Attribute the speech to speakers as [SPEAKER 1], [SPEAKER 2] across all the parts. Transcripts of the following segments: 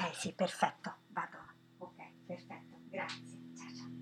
[SPEAKER 1] Ok, sì, perfetto, vado. Ok, perfetto, grazie. Ciao, ciao.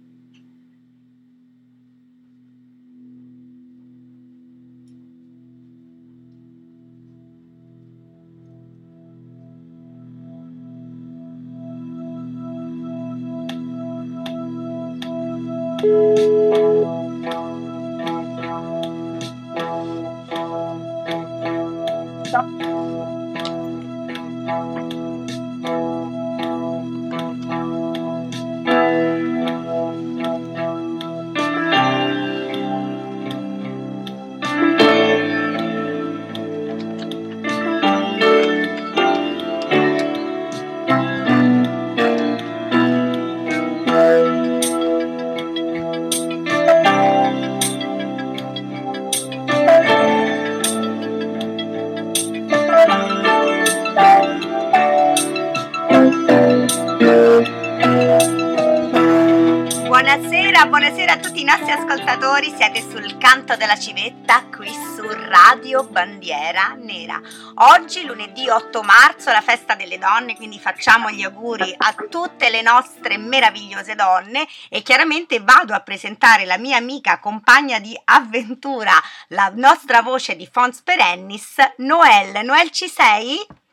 [SPEAKER 1] Buonasera a tutti i nostri ascoltatori, siete sul Canto della Civetta qui su Radio Bandiera Nera. Oggi lunedì 8 marzo, la festa delle donne, quindi facciamo gli auguri a tutte le nostre meravigliose donne e chiaramente vado a presentare la mia amica compagna di avventura, la nostra voce di Fons Perennis, Noelle. Noelle, ci sei?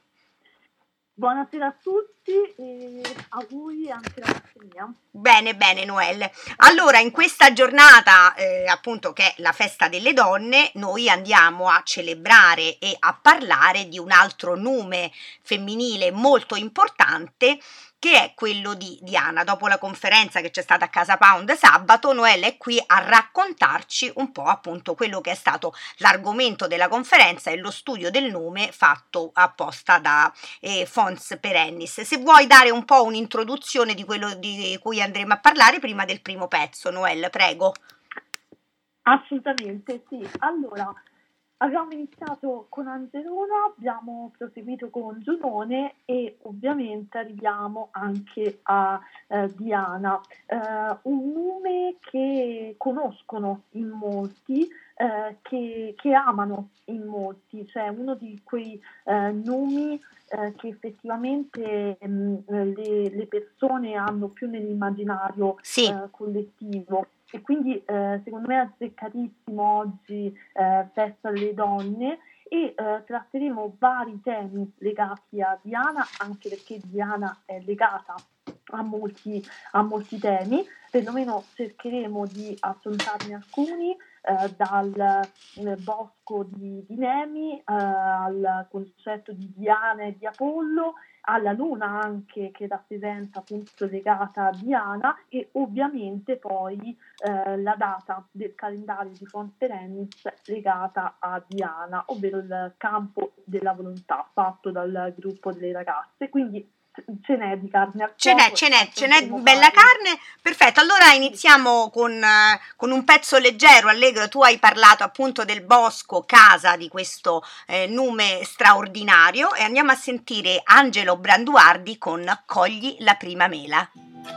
[SPEAKER 2] Buonasera a tutti e auguri anche da parte mia.
[SPEAKER 1] Bene Noelle. Allora, in questa giornata appunto che è la festa delle donne, noi andiamo a celebrare e a parlare di un altro nome femminile molto importante, che è quello di Diana. Dopo la conferenza che c'è stata a Casa Pound sabato, Noelle è qui a raccontarci un po' appunto quello che è stato l'argomento della conferenza e lo studio del nome fatto apposta da Fons Perennis. Se vuoi dare un po' un'introduzione di quello di cui andremo a parlare prima del primo pezzo, Noelle, prego.
[SPEAKER 2] Assolutamente, sì. Allora, abbiamo iniziato con Angelona, abbiamo proseguito con Giunone e ovviamente arriviamo anche a Diana, un nome che conoscono in molti, che amano in molti, cioè uno di quei nomi che effettivamente le persone hanno più nell'immaginario
[SPEAKER 1] Sì.
[SPEAKER 2] collettivo. E quindi secondo me è azzeccatissimo oggi festa delle donne e tratteremo vari temi legati a Diana, anche perché Diana è legata a molti temi, perlomeno cercheremo di affrontarne alcuni, dal bosco di Nemi al concetto di Diana e di Apollo, alla luna anche che rappresenta appunto legata a Diana e ovviamente poi la data del calendario di Fons Perennis legata a Diana, ovvero il campo della volontà fatto dal gruppo delle ragazze. Quindi ce n'è di carne al fuoco.
[SPEAKER 1] Ce n'è bella carne. Perfetto, allora iniziamo con un pezzo leggero, allegro. Tu hai parlato appunto del bosco, casa di questo nome straordinario e andiamo a sentire Angelo Branduardi con Cogli la prima mela.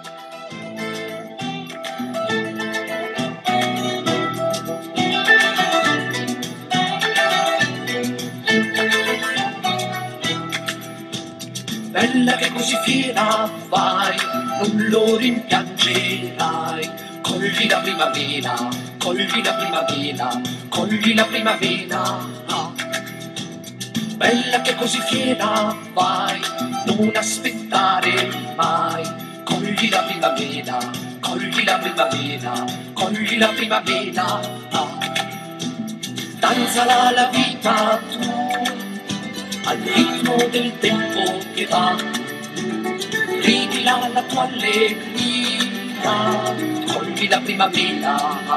[SPEAKER 3] Bella che così fiera vai, non lo rimpiangerai. Cogli la primavera, cogli la primavera, cogli la primavera. Ah. Bella che così fiera vai, non aspettare mai. Cogli la primavera, cogli la primavera, cogli la primavera. Ah. Danzala la vita tu al ritmo del tempo che va, ridila la tua allegria, cogli la primavera,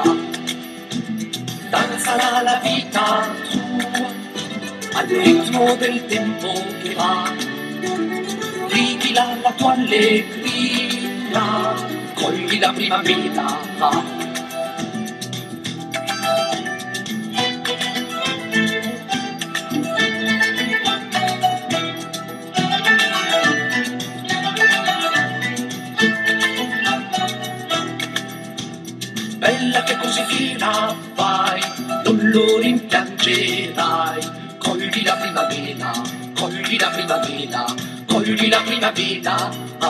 [SPEAKER 3] danzala la vita tua, al ritmo del tempo che va, ridila la tua allegria, cogli la primavera. Bella che così fiera vai, non lo rimpiangerai. Cogli la primavera, cogli la primavera, cogli la primavera,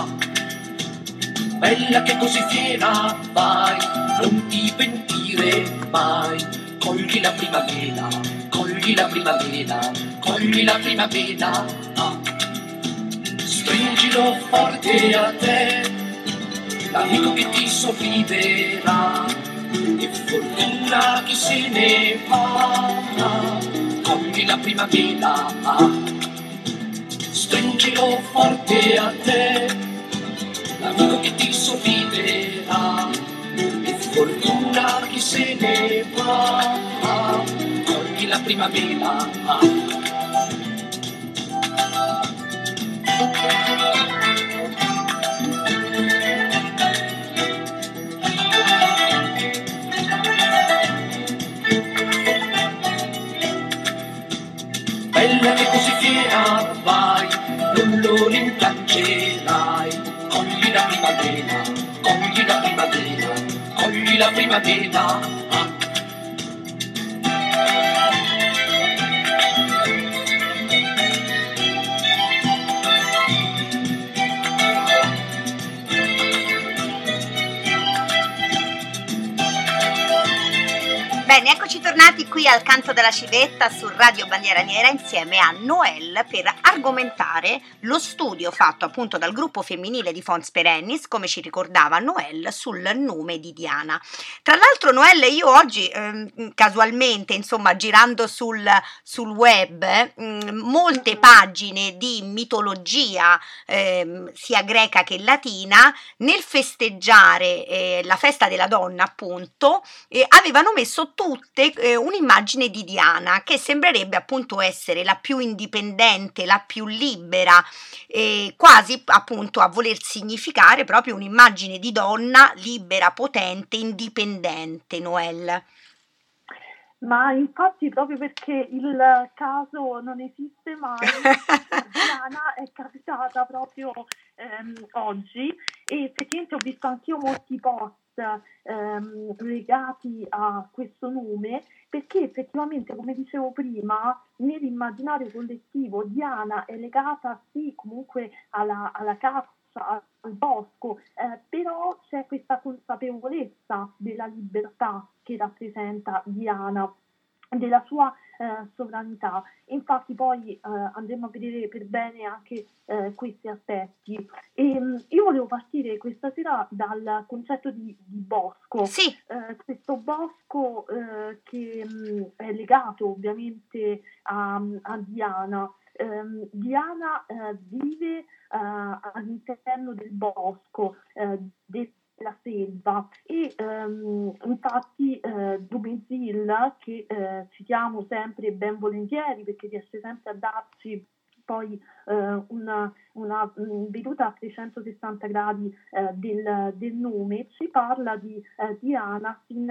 [SPEAKER 3] bella che così fiera, vai, non ti pentire mai, cogli la primavera, cogli la primavera, cogli la primavera, stringilo forte a te, l'amico che ti sorriderà, e fortuna chi se ne va, cogli la primavera, stringilo forte a te, l'amico che ti sorriderà, e fortuna chi se ne va, cogli la primavera. Bella che così fiera vai, non lo rimpiangerai, cogli la primavera, cogli la primavera, cogli la primavera.
[SPEAKER 1] Bene, eccoci tornati qui al Canto della Civetta su Radio Bandiera Nera insieme a Noelle per argomentare lo studio fatto appunto dal gruppo femminile di Fons Perennis, come ci ricordava Noelle, sul nome di Diana. Tra l'altro Noelle, io oggi casualmente, insomma, girando sul web, molte pagine di mitologia sia greca che latina, nel festeggiare la festa della donna appunto, avevano messo tutte un'immagine di Diana che sembrerebbe appunto essere la più indipendente, la più libera, quasi appunto a voler significare proprio un'immagine di donna libera, potente, indipendente, Noelle.
[SPEAKER 2] Ma infatti proprio perché il caso non esiste mai, Diana è capitata proprio oggi e effettivamente ho visto anch'io molti post legati a questo nome, perché effettivamente, come dicevo prima, nell'immaginario collettivo Diana è legata sì comunque alla caccia, al bosco, però c'è questa consapevolezza della libertà che rappresenta Diana, della sua sovranità. Infatti poi andremo a vedere per bene anche questi aspetti. Io volevo partire questa sera dal concetto di bosco.
[SPEAKER 1] Sì.
[SPEAKER 2] Questo bosco che è legato ovviamente a Diana. Diana vive all'interno del bosco, della selva e infatti Dumezil, che citiamo sempre ben volentieri perché riesce sempre a darci poi una veduta a 360 gradi del nome, ci parla di Diana fin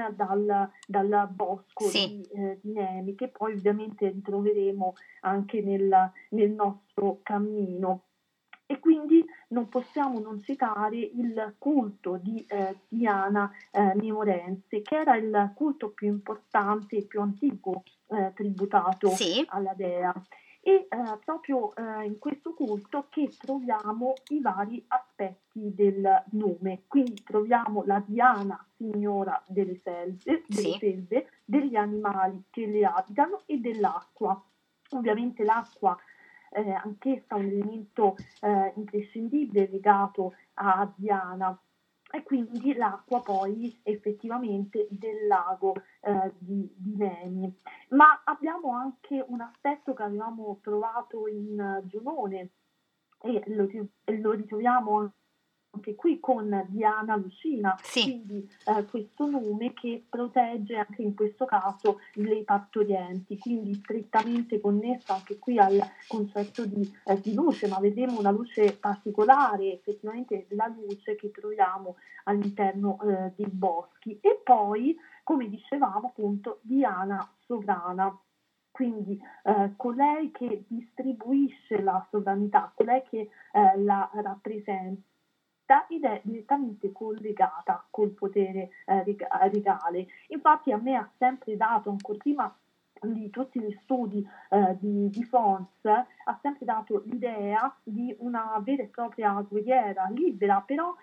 [SPEAKER 2] dal bosco
[SPEAKER 1] sì.
[SPEAKER 2] di Nemi, che poi ovviamente ritroveremo anche nel nostro cammino. E quindi non possiamo non citare il culto di Diana Nemorense, che era il culto più importante e più antico tributato alla dea. E proprio in questo culto che troviamo i vari aspetti del nome. Quindi troviamo la Diana, signora delle selve, degli animali che le abitano e dell'acqua. Ovviamente l'acqua anch'essa un elemento imprescindibile legato a Diana, e quindi l'acqua poi effettivamente del lago di Nemi. Ma abbiamo anche un aspetto che avevamo trovato in Giunone e lo ritroviamo anche qui con Diana Lucina, quindi questo nome che protegge anche in questo caso le partorienti, quindi strettamente connesso anche qui al concetto di luce, ma vedremo una luce particolare, effettivamente la luce che troviamo all'interno dei boschi. E poi, come dicevamo appunto, Diana sovrana. Quindi colei che distribuisce la sovranità, colei che la rappresenta ed è direttamente collegata col potere regale. Infatti a me ha sempre dato, ancora prima di tutti gli studi di Fons, ha sempre dato l'idea di una vera e propria guerriera libera, però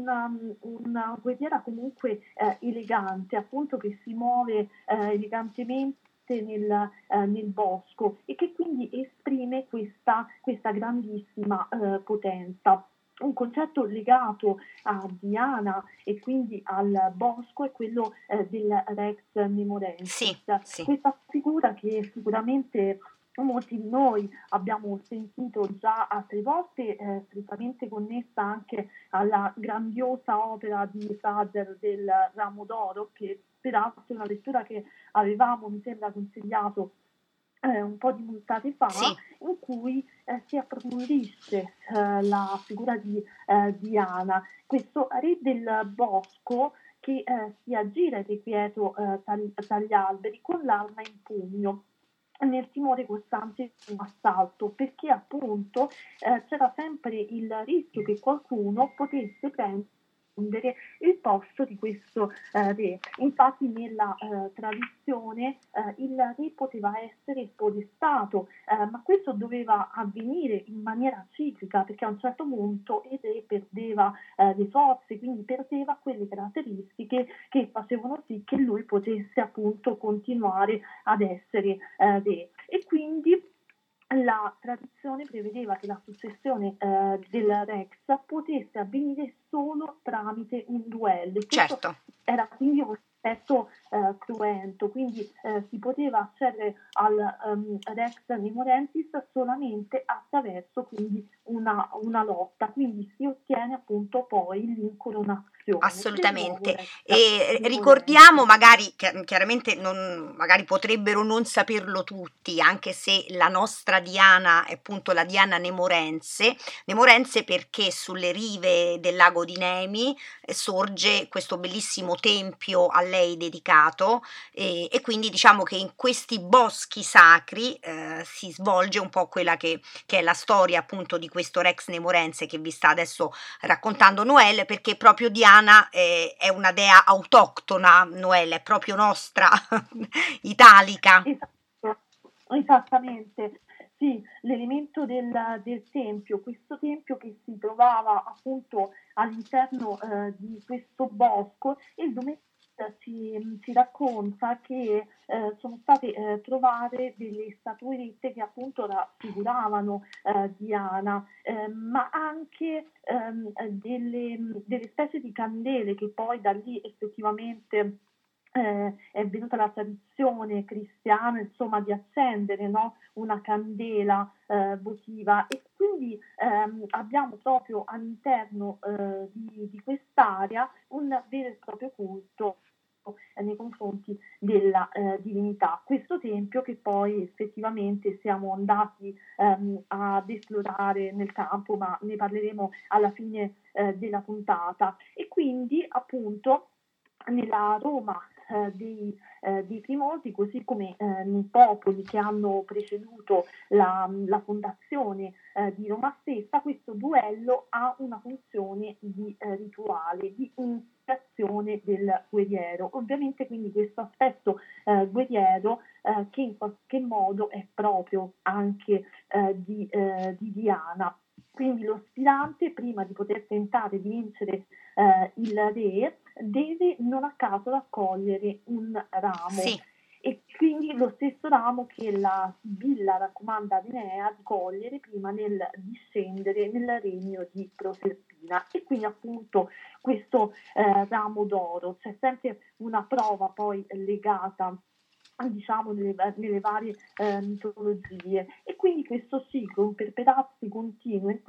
[SPEAKER 2] una guerriera comunque elegante, appunto, che si muove elegantemente nel bosco e che quindi esprime questa grandissima potenza. Un concetto legato a Diana e quindi al bosco è quello del Rex Nemorensis,
[SPEAKER 1] sì.
[SPEAKER 2] questa figura che sicuramente molti di noi abbiamo sentito già altre volte, strettamente connessa anche alla grandiosa opera di Sader del Ramo d'Oro, che peraltro è una lettura che avevamo, mi sembra, consigliato un po' di puntate fa,
[SPEAKER 1] Sì.
[SPEAKER 2] in cui si approfondisce la figura di Diana, questo re del bosco che si aggira irrequieto tra gli alberi con l'arma in pugno, nel timore costante di un assalto, perché appunto c'era sempre il rischio che qualcuno potesse prendere il posto di questo re. Infatti nella tradizione il re poteva essere podestato, ma questo doveva avvenire in maniera ciclica, perché a un certo punto il re perdeva le forze, quindi perdeva quelle caratteristiche che facevano sì che lui potesse appunto continuare ad essere re. E quindi la tradizione prevedeva che la successione del Rex potesse avvenire solo tramite un duello.
[SPEAKER 1] Certo.
[SPEAKER 2] Era quindi un aspetto cruento, quindi si poteva accedere al Rex Nemorensis solamente attraverso quindi una lotta, quindi si ottiene appunto poi l'incoronazione.
[SPEAKER 1] Assolutamente. E ricordiamo, magari chiaramente magari potrebbero non saperlo tutti, anche se la nostra Diana è appunto la Diana Nemorense perché sulle rive del lago di Nemi sorge questo bellissimo tempio a lei dedicato, e quindi diciamo che in questi boschi sacri si svolge un po' quella che è la storia appunto di questo Rex Nemorense che vi sta adesso raccontando Noelle, perché proprio Diana è una dea autoctona, Noelle, è proprio nostra, italica.
[SPEAKER 2] Esatto, esattamente. Sì, l'elemento del tempio, questo tempio che si trovava appunto all'interno di questo bosco, e il Domenico ci racconta che sono state trovate delle statuette che appunto raffiguravano Diana, ma anche delle specie di candele che poi da lì effettivamente è venuta la tradizione cristiana, insomma, di accendere, no, una candela votiva, e quindi abbiamo proprio all'interno di quest'area un vero e proprio culto nei confronti della divinità. Questo tempio che poi effettivamente siamo andati ad esplorare nel campo, ma ne parleremo alla fine della puntata. E quindi appunto nella Roma dei Primordi, così come nei popoli che hanno preceduto la fondazione di Roma stessa, questo duello ha una funzione di rituale, di iniziazione del guerriero. Ovviamente quindi questo aspetto guerriero che in qualche modo è proprio anche di Diana. Quindi lo aspirante, prima di poter tentare di vincere il re, deve non a caso raccogliere un ramo.
[SPEAKER 1] Sì.
[SPEAKER 2] E quindi lo stesso ramo che la Sibilla raccomanda a Enea di cogliere prima nel discendere nel regno di Proserpina. E quindi appunto questo ramo d'oro, c'è sempre una prova poi legata, diciamo, nelle varie mitologie, e quindi questo ciclo, un perpetuarsi continuo in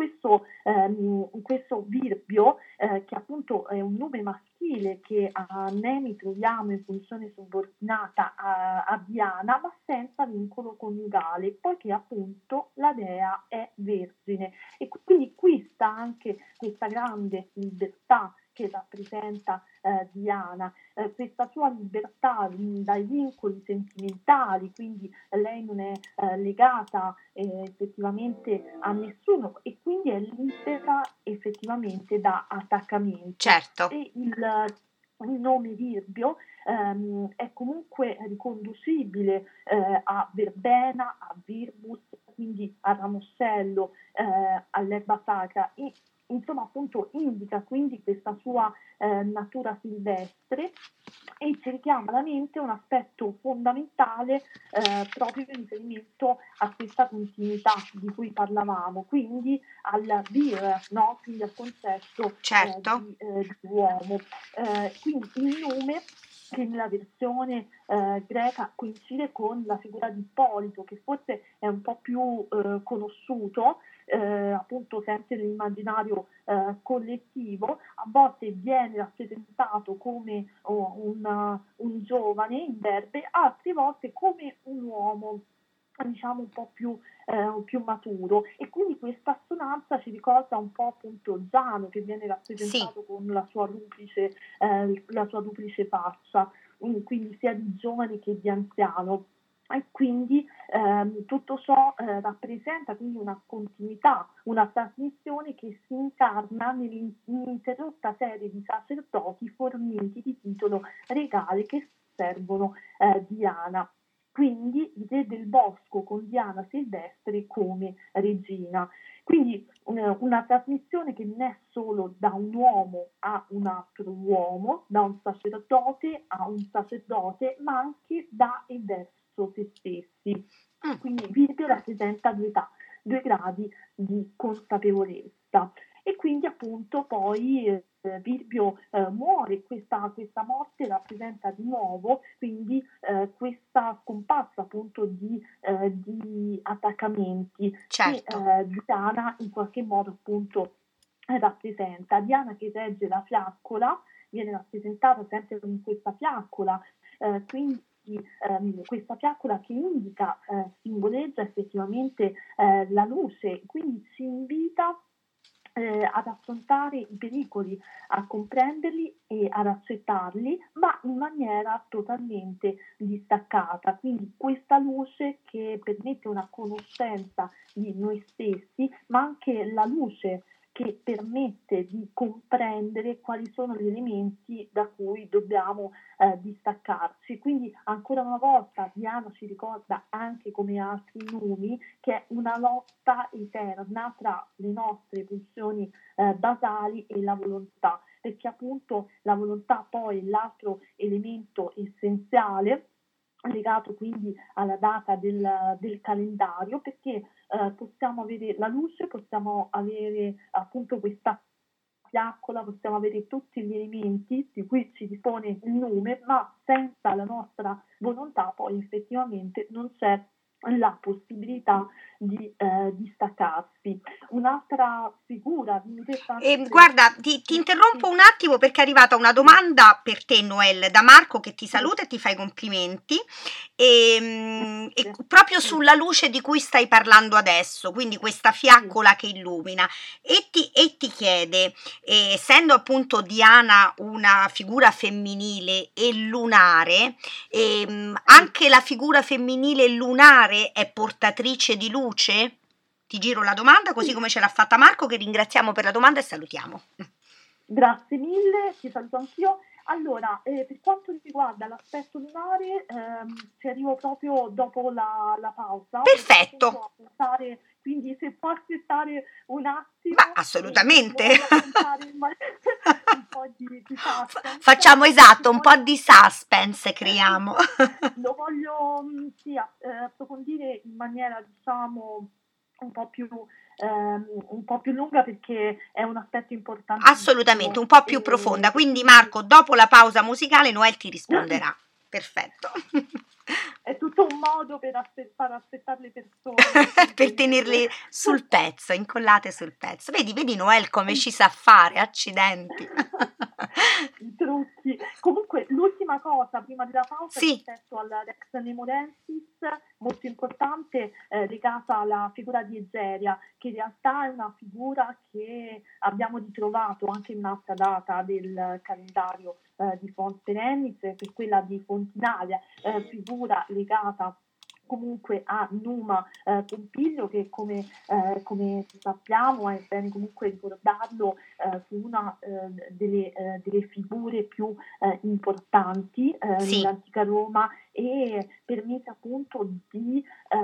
[SPEAKER 2] questo Virbio, che appunto è un nome maschile che a Nemi troviamo in funzione subordinata a Diana, ma senza vincolo coniugale, poiché appunto la dea è vergine, e quindi qui sta anche questa grande libertà che rappresenta Diana, questa sua libertà dai vincoli sentimentali, quindi lei non è legata effettivamente a nessuno, e quindi è libera effettivamente da attaccamento.
[SPEAKER 1] Certo.
[SPEAKER 2] E il nome Virbio è comunque riconducibile a verbena, a virbus, quindi a ramoscello, all'erba sacra, e insomma appunto indica quindi questa sua natura silvestre, e ci richiama alla mente un aspetto fondamentale proprio in riferimento a questa continuità di cui parlavamo, quindi al vir, no? Quindi al concetto
[SPEAKER 1] Certo.
[SPEAKER 2] di uomo. Quindi il nome, che nella versione greca coincide con la figura di Ippolito, che forse è un po' più conosciuto, appunto sempre nell'immaginario collettivo, a volte viene rappresentato come un giovane in verbe, altre volte come un uomo, diciamo un po' più maturo, e quindi questa assonanza ci ricorda un po' appunto Giano, che viene
[SPEAKER 1] Sì,
[SPEAKER 2] rappresentato con la sua duplice faccia, quindi sia di giovane che di anziano. E quindi tutto ciò rappresenta quindi una continuità, una trasmissione che si incarna nell'ininterrotta serie di sacerdoti forniti di titolo regale che servono Diana. Quindi il re del bosco con Diana Silvestre come regina. Quindi una trasmissione che non è solo da un uomo a un altro uomo, da un sacerdote a un sacerdote, ma anche da e verso se stessi. Quindi Virbio rappresenta due gradi di consapevolezza, e quindi appunto poi Virbio muore, questa morte rappresenta di nuovo quindi questa scomparsa appunto di attaccamenti
[SPEAKER 1] certo.
[SPEAKER 2] che Diana in qualche modo appunto rappresenta. Diana che regge la fiaccola viene rappresentata sempre con questa fiaccola, quindi questa fiaccola che indica, simboleggia effettivamente la luce, quindi ci invita ad affrontare i pericoli, a comprenderli e ad accettarli, ma in maniera totalmente distaccata. Quindi questa luce che permette una conoscenza di noi stessi, ma anche la luce che permette di comprendere quali sono gli elementi da cui dobbiamo distaccarci. Quindi ancora una volta Diana ci ricorda, anche come altri nomi, che è una lotta eterna tra le nostre pulsioni basali e la volontà, perché appunto la volontà poi è l'altro elemento essenziale legato quindi alla data del calendario, perché possiamo avere la luce, possiamo avere appunto questa fiaccola, possiamo avere tutti gli elementi di cui ci dispone il nome, ma senza la nostra volontà poi effettivamente non c'è la possibilità di distaccarsi. Un'altra figura di
[SPEAKER 1] Guarda, ti interrompo un attimo perché è arrivata una domanda per te, Noel, da Marco, che ti saluta e ti fa i complimenti, e proprio sulla luce di cui stai parlando adesso, quindi questa fiaccola che illumina, e ti chiede, essendo appunto Diana una figura femminile e lunare, anche la figura femminile e lunare è portatrice di luce? Ti giro la domanda così come ce l'ha fatta Marco, che ringraziamo per la domanda e salutiamo.
[SPEAKER 2] Grazie mille, ti saluto anch'io. Allora, per quanto riguarda l'aspetto lunare, ci arrivo proprio dopo la pausa.
[SPEAKER 1] Perfetto.
[SPEAKER 2] Quindi se può aspettare un attimo.
[SPEAKER 1] Ma assolutamente.
[SPEAKER 2] Un po' di suspense.
[SPEAKER 1] Facciamo un po' di suspense creiamo.
[SPEAKER 2] Lo voglio approfondire in maniera, diciamo, un po' più lunga, perché è un aspetto importante.
[SPEAKER 1] Assolutamente, un po' più profonda. Quindi Marco, dopo la pausa musicale, Noel ti risponderà. Perfetto.
[SPEAKER 2] È tutto un modo per far aspettare le persone.
[SPEAKER 1] Per tenerle sul pezzo, incollate sul pezzo. Vedi Noel come ci sa fare, accidenti.
[SPEAKER 2] I trucchi. Comunque l'ultima cosa prima della pausa rispetto alla Rex Nemorensis, molto importante, legata alla figura di Egeria, che in realtà è una figura che abbiamo ritrovato anche in un'altra data del calendario di Font Perennis, che è quella di Fontinalia, figura legata comunque a Numa Pompilio, che come sappiamo, è bene comunque ricordarlo, fu una delle figure più importanti
[SPEAKER 1] Sì.
[SPEAKER 2] nell'antica Roma, e permise appunto di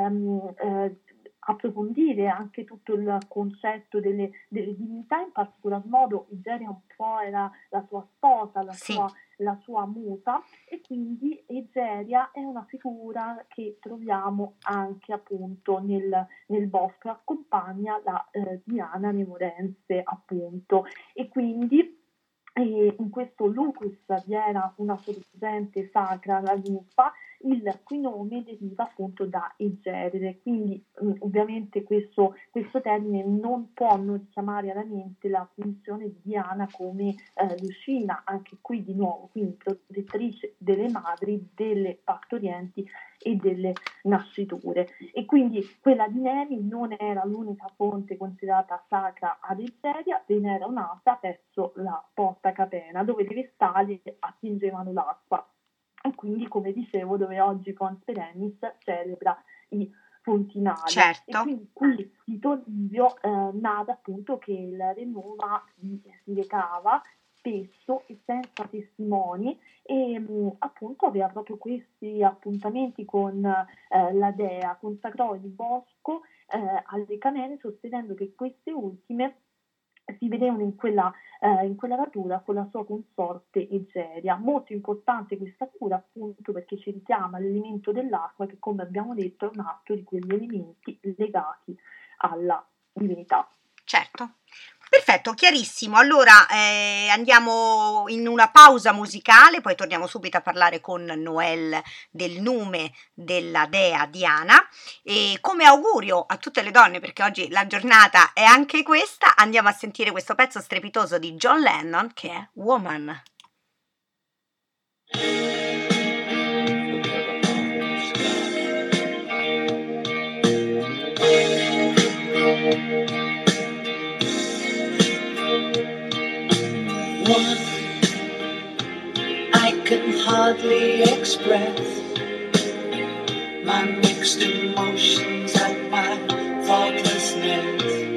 [SPEAKER 2] approfondire anche tutto il concetto delle divinità. In particolar modo Igeria un po' era la sua sposa,
[SPEAKER 1] Sì.
[SPEAKER 2] la sua musa, e quindi Egeria è una figura che troviamo anche appunto nel bosco, accompagna la Diana Nemorense appunto, e quindi in questo lucus vi era una sorgente sacra, la linfa, il cui nome deriva appunto da Egeride, quindi ovviamente questo termine non può non richiamare alla mente la funzione di Diana come Lucina, anche qui di nuovo, quindi protettrice delle madri, delle partorienti e delle nasciture. E quindi quella di Nemi non era l'unica fonte considerata sacra ad Egeria, ve n'era un'altra presso la Porta Capena, dove le vestali attingevano l'acqua, e quindi, come dicevo, dove oggi Pons Perennis celebra i fontinali.
[SPEAKER 1] Certo.
[SPEAKER 2] E quindi qui Tito Livio narra appunto che il re Numa si recava spesso e senza testimoni, e appunto aveva proprio questi appuntamenti con la dea, consacrò il bosco alle camere, sostenendo che queste ultime si vedevano in quella natura con la sua consorte Egeria. Molto importante questa cura, appunto perché ci richiama l'elemento dell'acqua, che, come abbiamo detto, è un altro di quegli elementi legati alla divinità.
[SPEAKER 1] Certo. Perfetto, chiarissimo. Allora andiamo in una pausa musicale, poi torniamo subito a parlare con Noel del nome della dea Diana, e come augurio a tutte le donne, perché oggi la giornata è anche questa, andiamo a sentire questo pezzo strepitoso di John Lennon, che è Woman.
[SPEAKER 3] Woman, I can hardly express my mixed emotions and my thoughtlessness.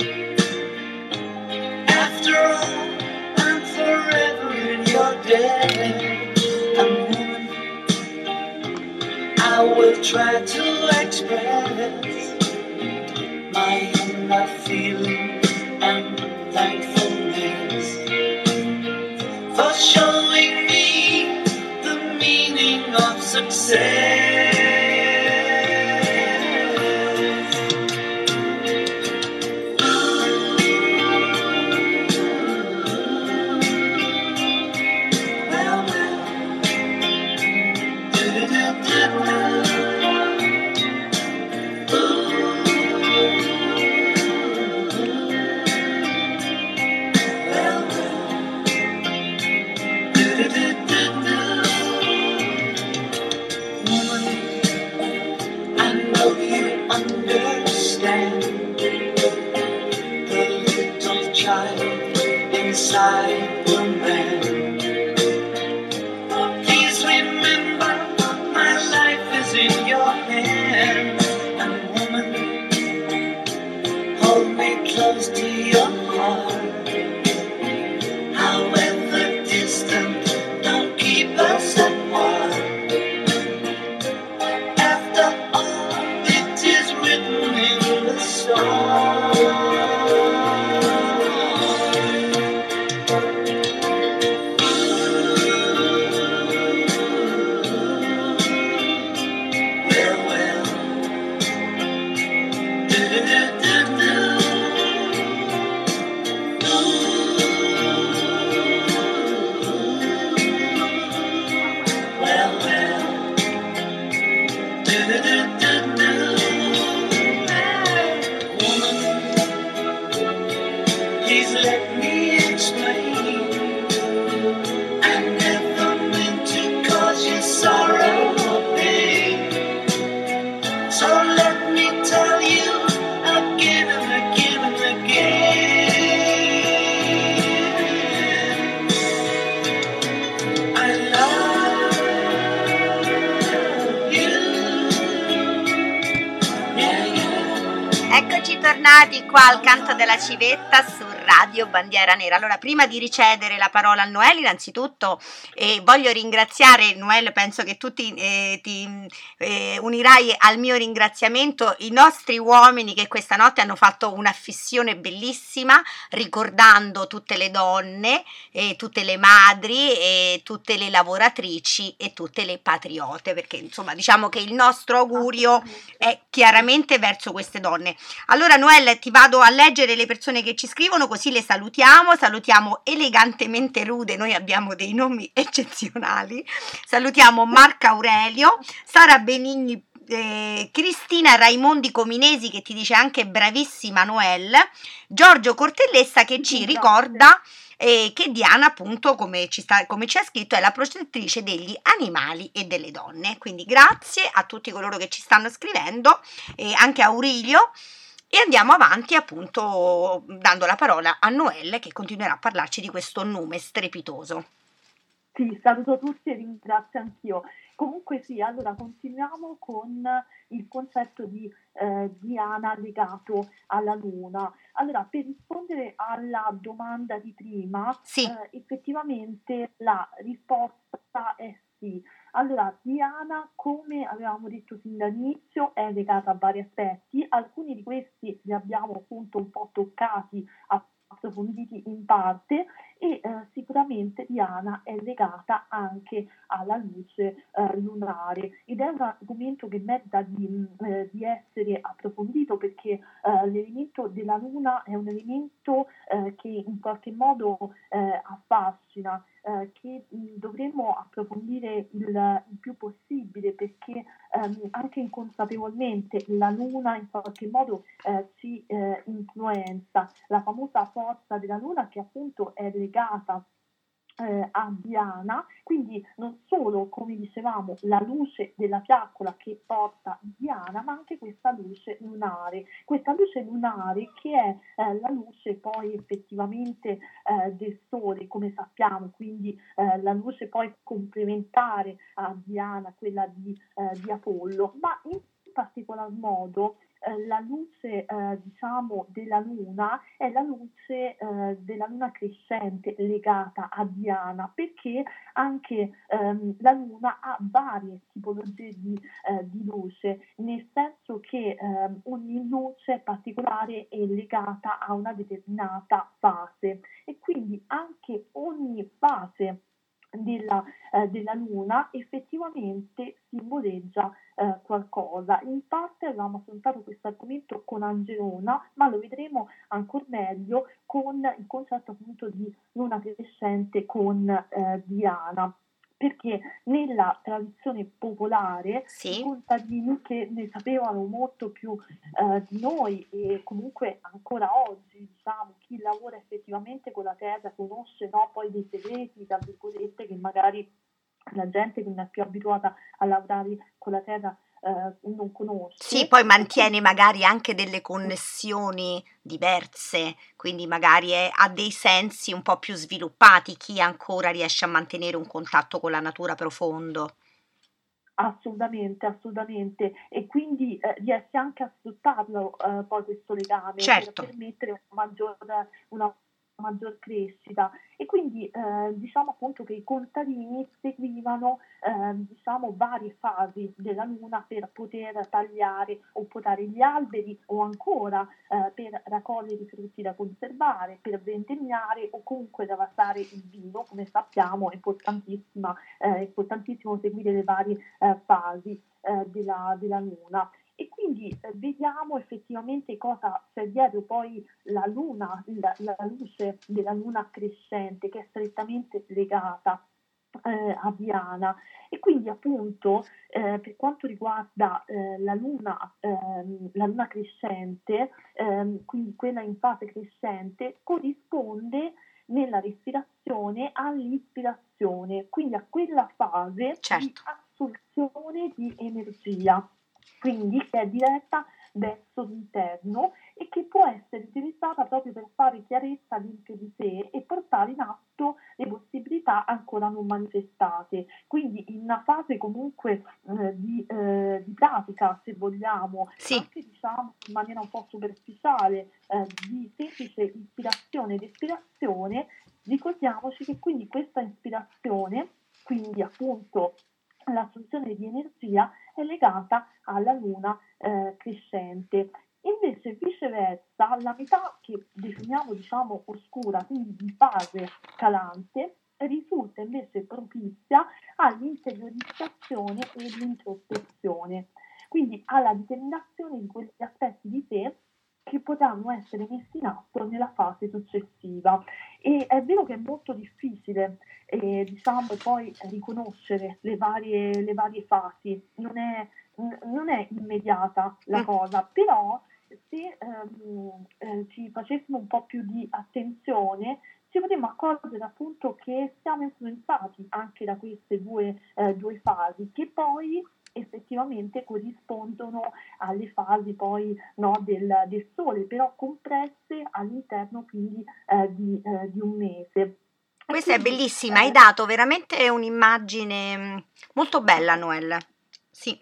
[SPEAKER 3] After all, I'm forever in your debt. And woman, I will try to express my inner feeling and thankfulness for showing me the meaning of success. Well, inside the man. Please remember, my life is in your hands. And woman, hold me close to your heart. However distant, don't keep us apart. After all, it is written in the song.
[SPEAKER 1] Eccoci tornati qua al Canto della Civetta su Radio Bandiera Nera. Allora, prima di ricevere la parola a Noel, innanzitutto voglio ringraziare Noel, penso che tu ti unirai al mio ringraziamento, i nostri uomini che questa notte hanno fatto una fissione bellissima, ricordando tutte le donne, tutte le madri, e tutte le lavoratrici e tutte le patriote, perché insomma diciamo che il nostro augurio è chiaramente verso queste donne. Allora Noel, ti vado a leggere le persone che ci scrivono, così le salutiamo elegantemente Rude, noi abbiamo dei nomi eccezionali, salutiamo Marco Aurelio, Sara Benigni, Cristina Raimondi Cominesi che ti dice anche bravissima Noel, Giorgio Cortellessa che ci ricorda che Diana, appunto, come ci ha scritto, è la protettrice degli animali e delle donne. Quindi grazie a tutti coloro che ci stanno scrivendo, e anche a Aurelio, e andiamo avanti, appunto, dando la parola a Noel che continuerà a parlarci di questo nome strepitoso.
[SPEAKER 2] Sì, saluto tutti e ringrazio anch'io. Comunque sì, allora continuiamo con il concetto di Diana legato alla Luna. Allora, per rispondere alla domanda di prima,
[SPEAKER 1] Sì.
[SPEAKER 2] Effettivamente la risposta è sì. Allora, Diana, come avevamo detto fin dall'inizio, è legata a vari aspetti. Alcuni di questi li abbiamo appunto un po' toccati, approfonditi in parte, e sicuramente Diana è legata anche alla luce lunare, ed è un argomento che merita di essere approfondito, perché l'elemento della luna è un elemento che in qualche modo affascina, che dovremmo approfondire il più possibile, perché anche inconsapevolmente la luna in qualche modo ci influenza. La famosa forza della luna, che appunto è legata a Diana, quindi non solo, come dicevamo, la luce della fiaccola che porta Diana, ma anche questa luce lunare che è la luce poi effettivamente del sole, come sappiamo, quindi la luce poi complementare a Diana, quella di Apollo, ma in particolar modo la luce diciamo della luna è la luce della luna crescente legata a Diana, perché anche la luna ha varie tipologie di luce, nel senso che ogni luce particolare è legata a una determinata fase, e quindi anche ogni fase della luna effettivamente simboleggia qualcosa. In parte avevamo affrontato questo argomento con Angelona, ma lo vedremo ancora meglio con il concetto appunto di luna crescente con Diana, perché nella tradizione popolare i contadini, che ne sapevano molto più di noi, e comunque ancora oggi diciamo chi lavora effettivamente con la terra conosce, no, poi dei segreti tra virgolette che magari la gente che non è più abituata a lavorare con la terra non conosce.
[SPEAKER 1] Sì, poi mantiene magari anche delle connessioni diverse, quindi magari ha dei sensi un po' più sviluppati chi ancora riesce a mantenere un contatto con la natura profondo.
[SPEAKER 2] Assolutamente, e quindi riesce anche a sfruttarlo poi questo legame,
[SPEAKER 1] certo,
[SPEAKER 2] per permettere una maggior crescita, e quindi diciamo appunto che i contadini seguivano diciamo varie fasi della luna per poter tagliare o potare gli alberi, o ancora per raccogliere i frutti da conservare, per vendemmiare o comunque da lavare il vino. Come sappiamo è importantissimo seguire le varie fasi della luna. E quindi vediamo effettivamente cosa c'è dietro poi la luna, la luce della luna crescente, che è strettamente legata a Diana. E quindi appunto per quanto riguarda la luna crescente, quindi quella in fase crescente, corrisponde nella respirazione all'ispirazione, quindi a quella fase di assunzione di energia, quindi che è diretta verso l'interno, e che può essere utilizzata proprio per fare chiarezza dentro di sé e portare in atto le possibilità ancora non manifestate. Quindi in una fase comunque di pratica, se vogliamo,
[SPEAKER 1] Sì,
[SPEAKER 2] anche diciamo in maniera un po' superficiale, di semplice ispirazione ed espirazione, ricordiamoci che quindi questa ispirazione, quindi appunto l'assunzione di energia, è legata alla luna crescente. Invece viceversa, la metà che definiamo diciamo oscura, quindi di fase calante, risulta invece propizia all'interiorizzazione e all'introspezione, quindi alla determinazione di quegli aspetti di sé che potranno essere messi in atto nella fase successiva. E è vero che è molto difficile diciamo poi riconoscere le varie fasi, non è immediata la cosa, però se ci facessimo un po' più di attenzione ci potremmo accorgere appunto che siamo influenzati anche da queste due fasi che poi effettivamente corrispondono alle fasi poi no, del Sole, però compresse all'interno quindi di un mese. E
[SPEAKER 1] questa è
[SPEAKER 2] quindi
[SPEAKER 1] bellissima, hai dato veramente un'immagine molto bella, Noel. Sì,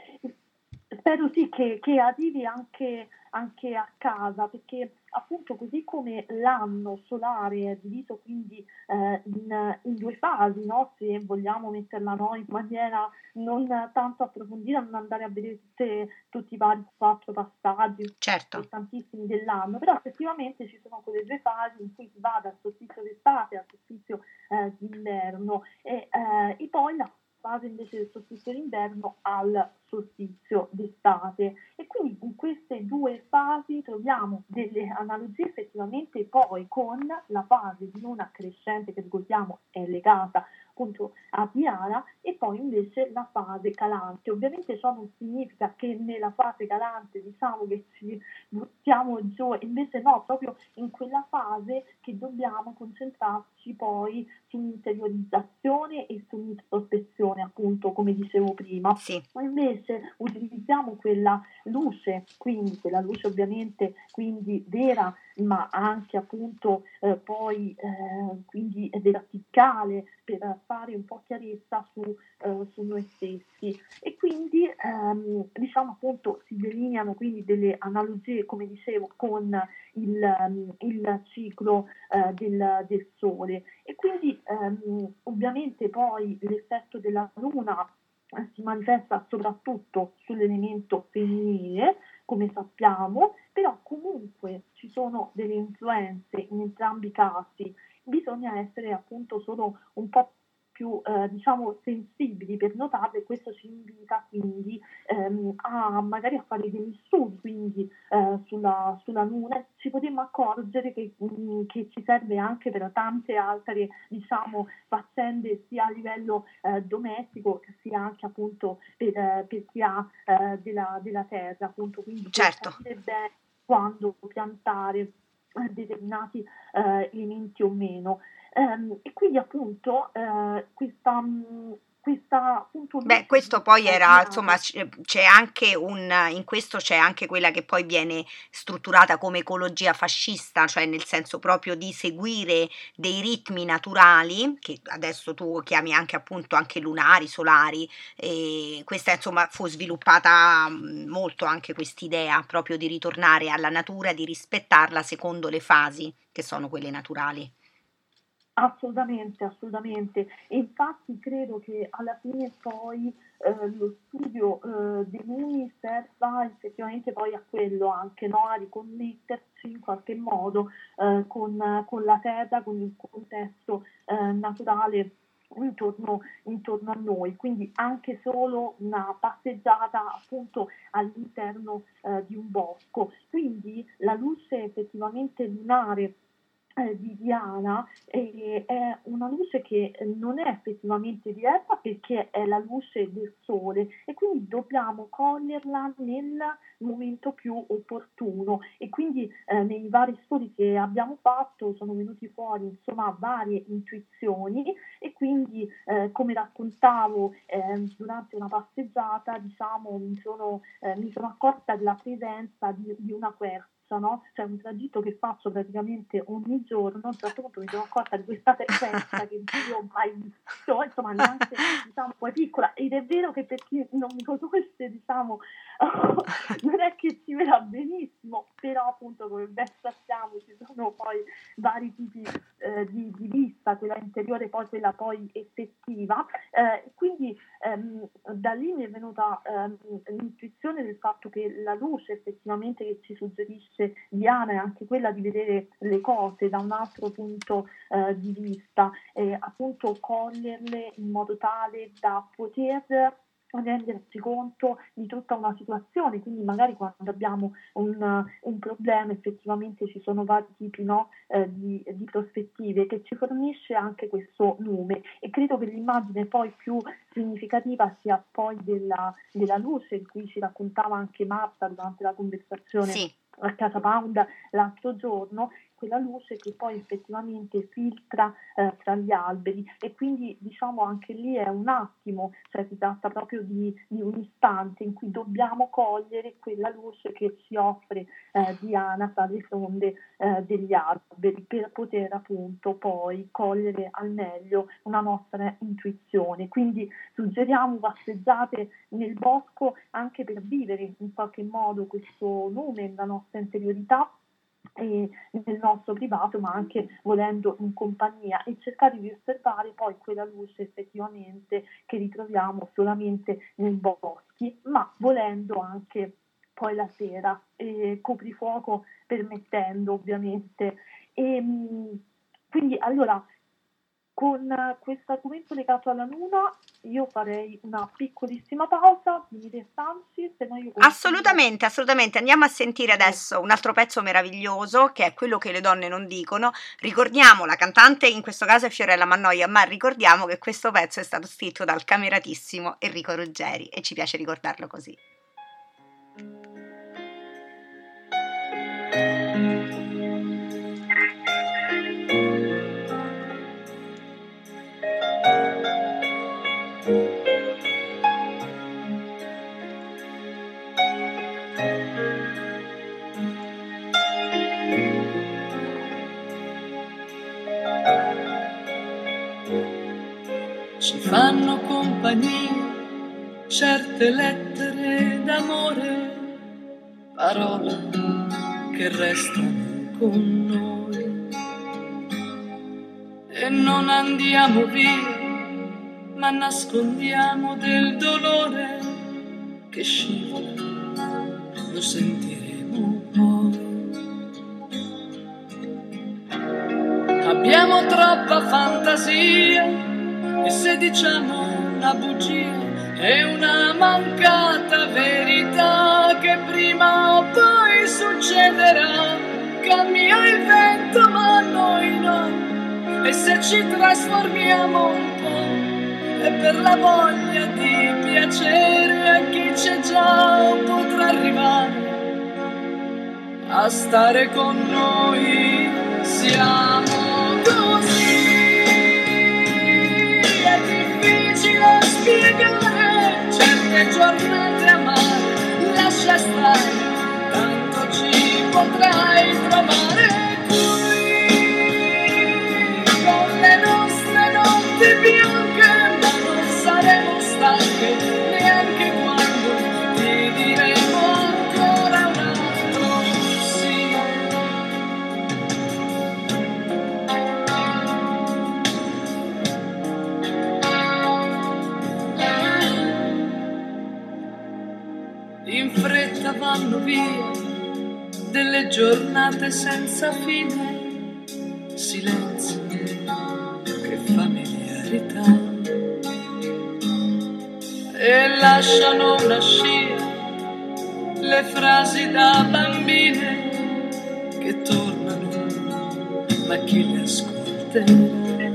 [SPEAKER 2] spero sì che arrivi anche a casa, perché appunto così come l'anno solare è diviso quindi in due fasi, no? Se vogliamo metterla no, in maniera non tanto approfondita, non andare a vedere tutti i vari 4 passaggi
[SPEAKER 1] certo.
[SPEAKER 2] importantissimi dell'anno, però effettivamente ci sono quelle due fasi in cui si va dal solstizio d'estate al solstizio d'inverno e poi la fase invece del solstizio d'inverno al solstizio d'estate e quindi in queste due fasi troviamo delle analogie effettivamente poi con la fase di luna crescente che ricordiamo è legata appunto a Diana e poi invece la fase calante. Ovviamente ciò non significa che nella fase calante diciamo che ci buttiamo giù, invece no, proprio in quella fase che dobbiamo concentrarci poi sull'interiorizzazione e sull'introspezione, appunto, come dicevo prima.
[SPEAKER 1] Sì,
[SPEAKER 2] Ma invece utilizziamo quella luce, quindi quella luce ovviamente quindi vera, ma anche appunto poi quindi verticale per fare un po' chiarezza su noi stessi e quindi diciamo appunto si delineano quindi delle analogie come dicevo con il ciclo del Sole e quindi ovviamente poi l'effetto della Luna si manifesta soprattutto sull'elemento femminile, come sappiamo, però comunque ci sono delle influenze in entrambi i casi, bisogna essere appunto solo un po' più diciamo sensibili per notarle e questo ci invita quindi magari a fare degli studi quindi sulla Luna ci potremmo accorgere che ci serve anche per tante altre diciamo faccende sia a livello domestico sia anche appunto per chi ha della terra appunto quindi per
[SPEAKER 1] certo.
[SPEAKER 2] capire bene quando piantare determinati elementi o meno. E quindi appunto questa appunto
[SPEAKER 1] Beh,
[SPEAKER 2] luce
[SPEAKER 1] questo poi
[SPEAKER 2] di
[SPEAKER 1] era, insomma,
[SPEAKER 2] Ana.
[SPEAKER 1] c'è anche in questo c'è anche quella che poi viene strutturata come ecologia fascista, cioè nel senso proprio di seguire dei ritmi naturali, che adesso tu chiami anche appunto anche lunari, solari, e questa insomma fu sviluppata molto anche quest'idea proprio di ritornare alla natura, di rispettarla secondo le fasi che sono quelle naturali.
[SPEAKER 2] Assolutamente, assolutamente. E infatti credo che alla fine poi lo studio dei numi serva effettivamente poi a quello anche, no? A riconnetterci in qualche modo con la terra, con il contesto naturale intorno a noi. Quindi anche solo una passeggiata appunto all'interno di un bosco. Quindi la luce effettivamente lunare di Diana è una luce che non è effettivamente diretta perché è la luce del sole e quindi dobbiamo coglierla nel momento più opportuno e quindi nei vari studi che abbiamo fatto sono venuti fuori insomma varie intuizioni e quindi come raccontavo durante una passeggiata diciamo mi sono accorta della presenza di una quercia no? Cioè un tragitto che faccio praticamente ogni giorno. A un certo punto mi sono accorta di questa festa che io ho mai visto, insomma neanche diciamo poi piccola, ed è vero che per chi non mi conosce diciamo non è che ci verrà benissimo, però appunto come ben sappiamo ci sono poi vari tipi di vista, quella interiore poi quella poi effettiva, quindi da lì mi è venuta l'intuizione del fatto che la luce effettivamente che ci suggerisce Diana è anche quella di vedere le cose da un altro punto di vista, appunto coglierle in modo tale da poter rendersi conto di tutta una situazione, quindi magari quando abbiamo un problema effettivamente ci sono vari tipi di prospettive che ci fornisce anche questo nome, e credo che l'immagine poi più significativa sia poi della luce di cui ci raccontava anche Marta durante la conversazione
[SPEAKER 1] Sì.
[SPEAKER 2] a Casa Pound l'altro giorno, quella luce che poi effettivamente filtra tra gli alberi, e quindi diciamo anche lì è un attimo, cioè si tratta proprio di un istante in cui dobbiamo cogliere quella luce che ci offre Diana tra le fronde degli alberi, per poter appunto poi cogliere al meglio una nostra intuizione. Quindi suggeriamo passeggiate nel bosco anche per vivere in qualche modo questo nome nella nostra interiorità e nel nostro privato, ma anche volendo in compagnia, e cercare di osservare poi quella luce effettivamente che ritroviamo solamente nei boschi, ma volendo anche poi la sera, coprifuoco permettendo ovviamente. Quindi allora con questo argomento legato alla luna io farei una piccolissima pausa, mi restanzi, se no io
[SPEAKER 1] Assolutamente, andiamo a sentire adesso un altro pezzo meraviglioso che è Quello che le donne non dicono. Ricordiamo, la cantante in questo caso è Fiorella Mannoia, ma ricordiamo che questo pezzo è stato scritto dal cameratissimo Enrico Ruggeri e ci piace ricordarlo così.
[SPEAKER 3] Ci fanno compagnia certe lettere d'amore, parole che restano con noi, e non andiamo via, ma nascondiamo del dolore che scivola, lo sentiremo poi. Abbiamo troppa fantasia, e se diciamo una bugia è una mancata verità che prima o poi succederà. Cambia il vento ma noi no, e se ci trasformiamo un po' è per la voglia di piacere a chi c'è già, potrà arrivare a stare con noi. Siamo così, è difficile spiegare certe giornate amare, lascia stare, tanto ci potrai trovare qui, con le nostre notti bianche, ma non saremo stanche neanche quando ti diremo ancora un altro sì. In fretta vanno via delle giornate senza fine, silenzio che familiarità, e lasciano una scia le frasi da bambine che tornano, ma chi le ascolterà?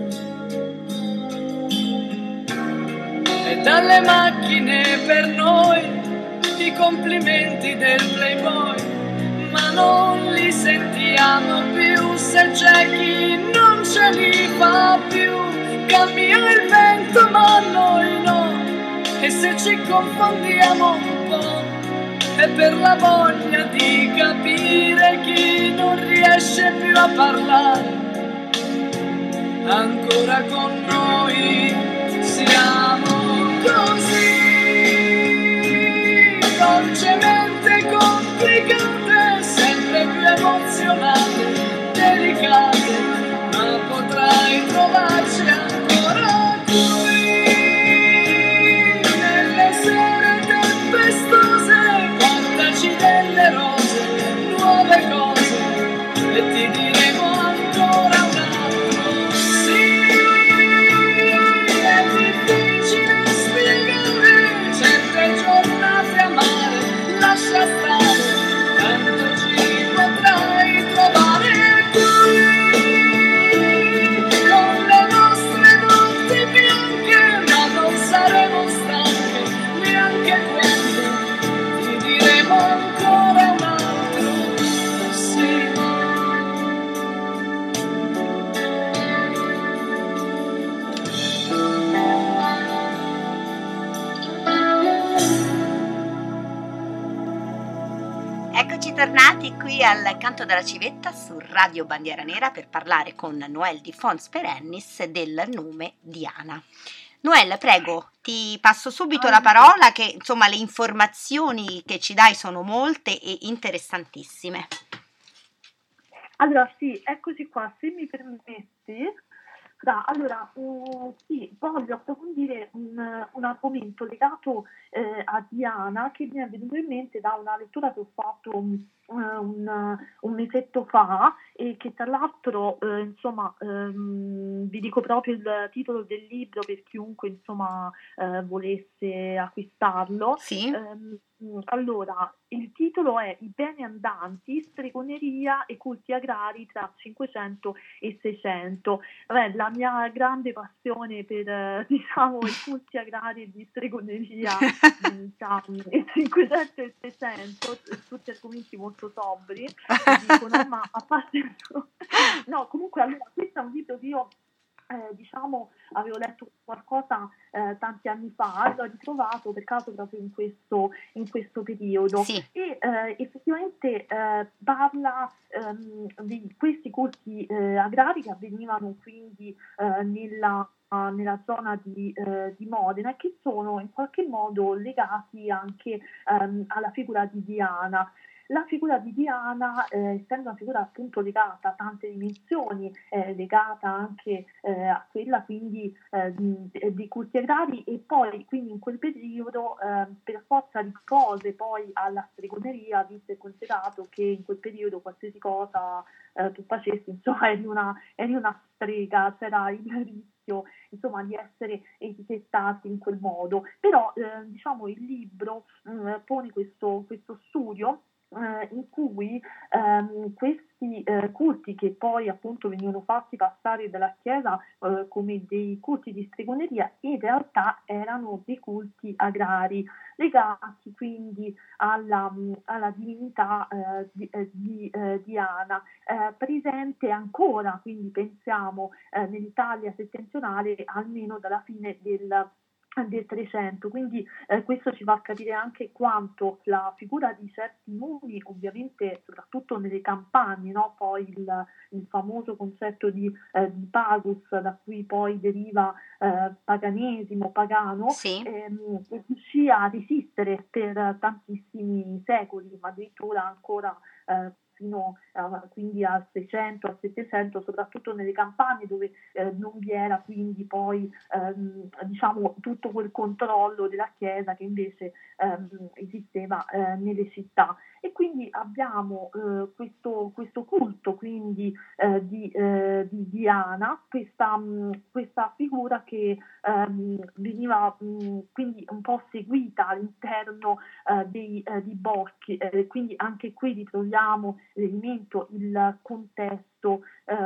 [SPEAKER 3] E dalle macchine per noi i complimenti del playboy, ma non li sentiamo più se c'è chi non ce li fa più. Cambia il vento ma noi no, e se ci confondiamo un po' e per la voglia di capire chi non riesce più a parlare. Ancora con noi siamo così dolcemente complicate, sempre più emozionate, delicate, ma potrai trovarci ancora qui nelle sere tempestose. Portaci delle rose, nuove cose, e ti diremo ancora un altro sì. È difficile spiegare certe giornate amare, lascia stare, tanto ci potrai trovare qui con le nostre notti bianche, ma non saremo stanche neanche quando ti diremo ancora un altro sì.
[SPEAKER 1] Eccoci tornati qui al Canto della Civetta su Radio Bandiera Nera per parlare con Noelle di Fons Perennis del nome Diana. Noelle, prego, ti passo subito la parola, che insomma le informazioni che ci dai sono molte e interessantissime.
[SPEAKER 2] Allora sì, eccoci qua, se mi permetti. Allora, sì, voglio approfondire un argomento legato a Diana, che mi è venuto in mente da una lettura che ho fatto un mesetto fa, e che tra l'altro insomma vi dico proprio il titolo del libro per chiunque insomma volesse acquistarlo.
[SPEAKER 1] Sì.
[SPEAKER 2] Allora, il titolo è I beni andanti, stregoneria e culti agrari tra 500 e 600. Vabbè, la mia grande passione per diciamo i culti agrari e di stregoneria tra 500 e 600, tutti argomenti molto sobri, dicono, ma a parte no, comunque allora questo è un libro che io diciamo avevo letto qualcosa tanti anni fa, l'ho ritrovato per caso proprio in questo periodo.
[SPEAKER 1] Sì.
[SPEAKER 2] E effettivamente parla di questi culti agrari che avvenivano quindi nella zona di Modena, e che sono in qualche modo legati anche alla figura di Diana. La figura di Diana, essendo una figura appunto legata a tante dimensioni, legata anche a quella quindi di culti agrari, e poi quindi in quel periodo per forza di cose poi alla stregoneria, visto e considerato che in quel periodo qualsiasi cosa tu facessi, insomma eri una strega, c'era il rischio insomma di essere etichettati in quel modo. Però diciamo il libro pone questo studio in cui questi culti, che poi appunto venivano fatti passare dalla Chiesa come dei culti di stregoneria, in realtà erano dei culti agrari, legati quindi alla divinità di Diana, presente ancora, quindi pensiamo nell'Italia settentrionale, almeno dalla fine del 300, quindi questo ci fa capire anche quanto la figura di certi numi, ovviamente soprattutto nelle campagne, no? Poi il famoso concetto di pagus, da cui poi deriva paganesimo, pagano,
[SPEAKER 1] Sì.
[SPEAKER 2] riuscì a resistere per tantissimi secoli, ma addirittura ancora fino quindi al 600, al 700, soprattutto nelle campagne dove non vi era quindi poi diciamo tutto quel controllo della Chiesa che invece esisteva nelle città. E quindi abbiamo questo culto quindi di Diana, questa figura che veniva quindi un po' seguita all'interno di boschi, quindi anche qui ritroviamo l'elemento, il contesto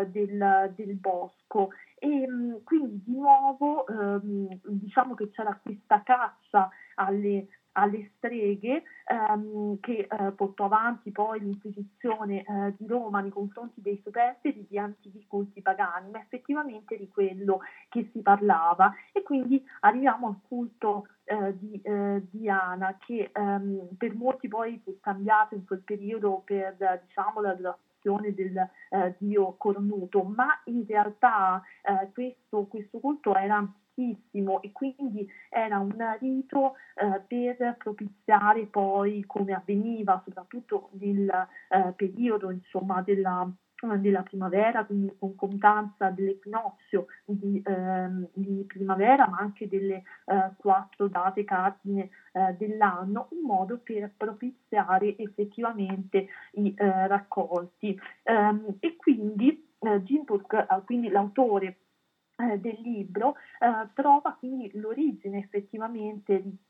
[SPEAKER 2] del bosco. E quindi di nuovo diciamo che c'era questa caccia alle alle streghe, che portò avanti poi l'inquisizione di Roma nei confronti dei superstiti di antichi culti pagani, ma effettivamente di quello che si parlava. E quindi arriviamo al culto di Diana, che per molti poi fu scambiato in quel periodo per diciamo l'adorazione del dio cornuto, ma in realtà questo culto era antichissimo e quindi era un rito per propiziare poi, come avveniva soprattutto nel periodo insomma della primavera, quindi in concomitanza dell'equinozio di primavera, ma anche delle 4 date cardine dell'anno, un modo per propiziare effettivamente i raccolti. E quindi Ginzburg, quindi l'autore del libro, trova quindi l'origine effettivamente di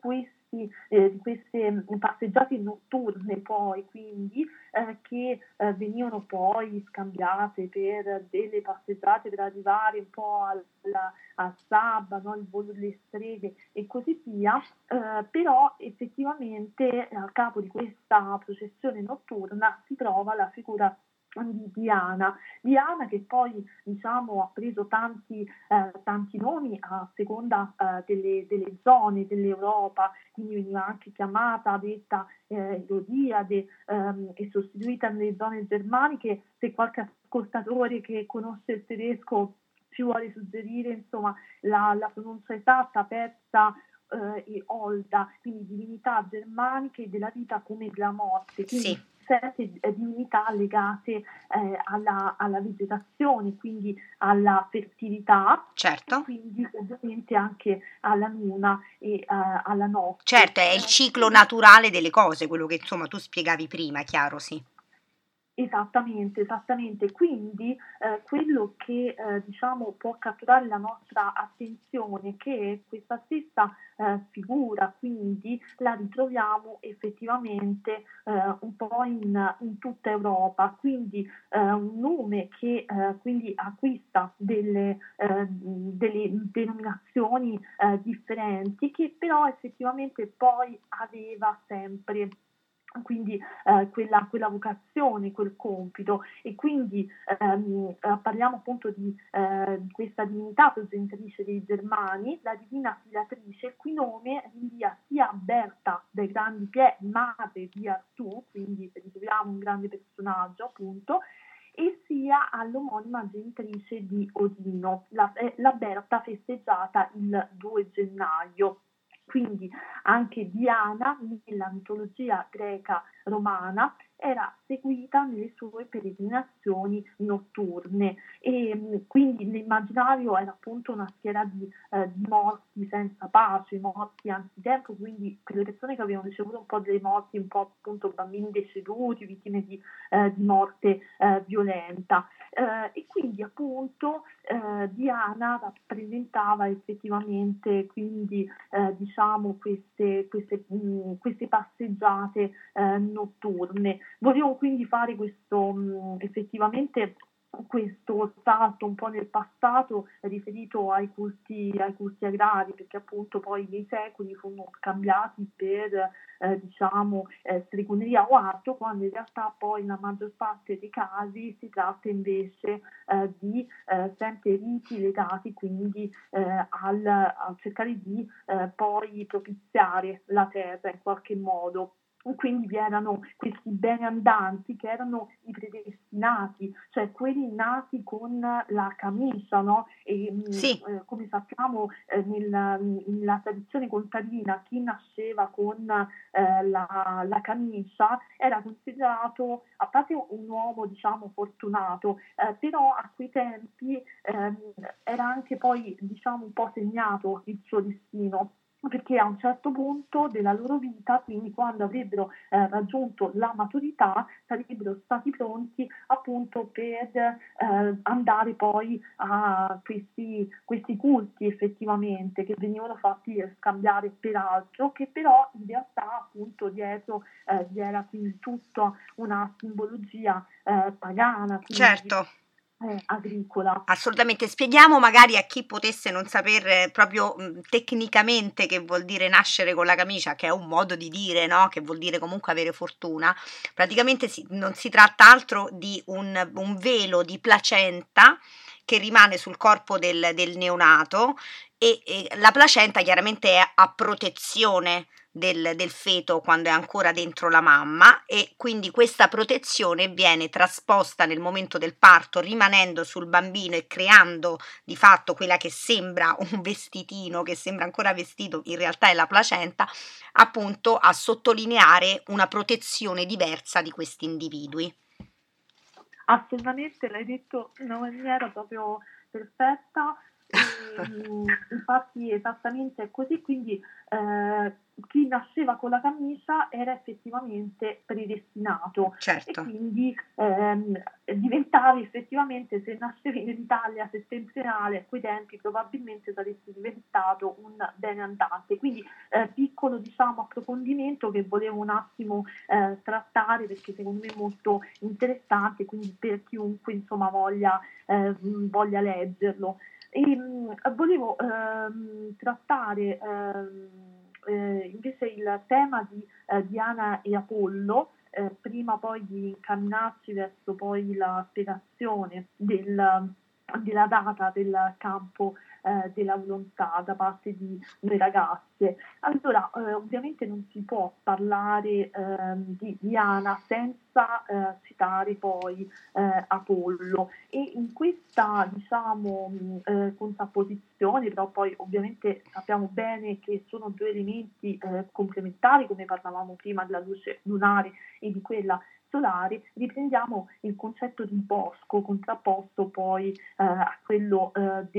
[SPEAKER 2] queste passeggiate notturne poi quindi che venivano poi scambiate per delle passeggiate per arrivare un po' al Sabba, no? Il volo delle streghe e così via, però effettivamente al capo di questa processione notturna si trova la figura di Diana, che poi diciamo ha preso tanti nomi a seconda delle zone dell'Europa, quindi veniva anche chiamata, detta Erodiade e sostituita nelle zone germaniche. Se qualche ascoltatore che conosce il tedesco ci vuole suggerire insomma la pronuncia esatta, Persa e Olda, quindi divinità germaniche della vita come della morte, quindi
[SPEAKER 1] Sì.
[SPEAKER 2] certe divinità legate alla vegetazione, quindi alla fertilità,
[SPEAKER 1] Certo.
[SPEAKER 2] quindi ovviamente anche alla luna e alla notte.
[SPEAKER 1] Certo, è il ciclo naturale delle cose, quello che insomma tu spiegavi prima, chiaro, sì.
[SPEAKER 2] Esattamente. Quindi quello che diciamo può catturare la nostra attenzione, che questa stessa figura quindi la ritroviamo effettivamente un po' in tutta Europa, quindi un nome che quindi acquista delle denominazioni differenti, che però effettivamente poi aveva sempre quindi quella vocazione, quel compito. E quindi parliamo appunto di questa divinità progenitrice dei Germani, la divina filatrice, il cui nome rinvia sia a Berta dai grandi piedi, madre di Artù, quindi ritroviamo un grande personaggio appunto, e sia all'omonima genitrice di Odino, la Berta festeggiata il 2 gennaio. Quindi anche Diana, nella mitologia greca romana, era seguita nelle sue peregrinazioni notturne e quindi nell'immaginario era appunto una schiera di morti senza pace, morti anzitempo, quindi quelle persone che avevano ricevuto un po' delle morti, un po' appunto bambini deceduti, vittime di morte violenta. E quindi appunto Diana rappresentava effettivamente quindi diciamo queste passeggiate notturne. Volevo quindi fare questo effettivamente questo salto un po' nel passato riferito ai culti agrari, perché appunto poi nei secoli furono scambiati per diciamo stregoneria o arto, quando in realtà poi nella maggior parte dei casi si tratta invece di sempre riti legati quindi a cercare di poi propiziare la terra in qualche modo. Quindi vi erano questi bene andanti che erano i predestinati, cioè quelli nati con la camicia, no? E
[SPEAKER 1] Sì.
[SPEAKER 2] come sappiamo nella tradizione contadina chi nasceva con la camicia era considerato, a parte un uomo diciamo fortunato, però a quei tempi era anche poi diciamo un po' segnato il suo destino, perché a un certo punto della loro vita, quindi quando avrebbero raggiunto la maturità, sarebbero stati pronti appunto per andare poi a questi culti effettivamente che venivano fatti scambiare per altro, che però in realtà appunto dietro vi era quindi tutta una simbologia pagana. Quindi,
[SPEAKER 1] certo.
[SPEAKER 2] agricola.
[SPEAKER 1] Assolutamente, spieghiamo magari a chi potesse non saper proprio tecnicamente che vuol dire nascere con la camicia, che è un modo di dire, no? Che vuol dire comunque avere fortuna. Praticamente non si tratta altro di un velo di placenta che rimane sul corpo del neonato e la placenta chiaramente è a protezione del feto quando è ancora dentro la mamma, e quindi questa protezione viene trasposta nel momento del parto rimanendo sul bambino e creando di fatto quella che sembra un vestitino, che sembra ancora vestito, in realtà è la placenta, appunto a sottolineare una protezione diversa di questi individui.
[SPEAKER 2] Assolutamente, l'hai detto in una maniera proprio perfetta, infatti esattamente è così, quindi chi nasceva con la camicia era effettivamente predestinato e
[SPEAKER 1] Certo.
[SPEAKER 2] quindi diventavi effettivamente, se nascevi nell'Italia settentrionale a quei tempi probabilmente saresti diventato un bene andante. Quindi piccolo diciamo approfondimento che volevo un attimo trattare, perché secondo me è molto interessante, quindi per chiunque insomma voglia leggerlo. E volevo trattare invece il tema di Diana e Apollo, prima poi di incamminarci verso poi la spiegazione della data del campo della volontà da parte di noi ragazze. Allora, ovviamente non si può parlare di Diana senza citare poi Apollo, e in questa diciamo contrapposizione, però poi ovviamente sappiamo bene che sono due elementi complementari, come parlavamo prima della luce lunare e di quella solare, riprendiamo il concetto di bosco contrapposto poi a quello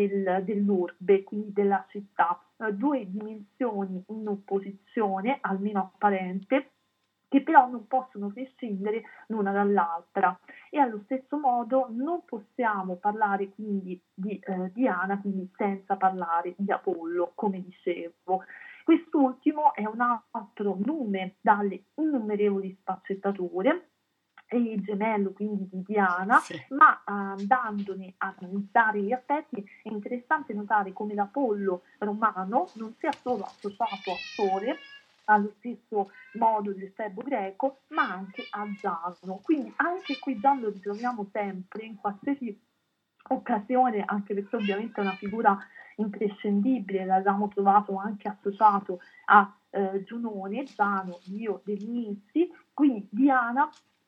[SPEAKER 2] dell'urbe, quindi della città, due dimensioni in opposizione, almeno apparente, che però non possono prescindere l'una dall'altra, e allo stesso modo non possiamo parlare quindi di Diana quindi senza parlare di Apollo, come dicevo. Quest'ultimo è un altro nume dalle innumerevoli sfaccettature, è il gemello quindi di Diana,
[SPEAKER 1] Sì.
[SPEAKER 2] ma andandone a analizzare gli aspetti è interessante notare come l'Apollo romano non sia solo associato al Sole, allo stesso modo del Febo greco, ma anche a Giano. Quindi anche qui già lo ritroviamo sempre in qualsiasi occasione, anche perché ovviamente è una figura imprescindibile, l'abbiamo trovato anche associato a Giunone, Giano, dio degli inizi, quindi Diana,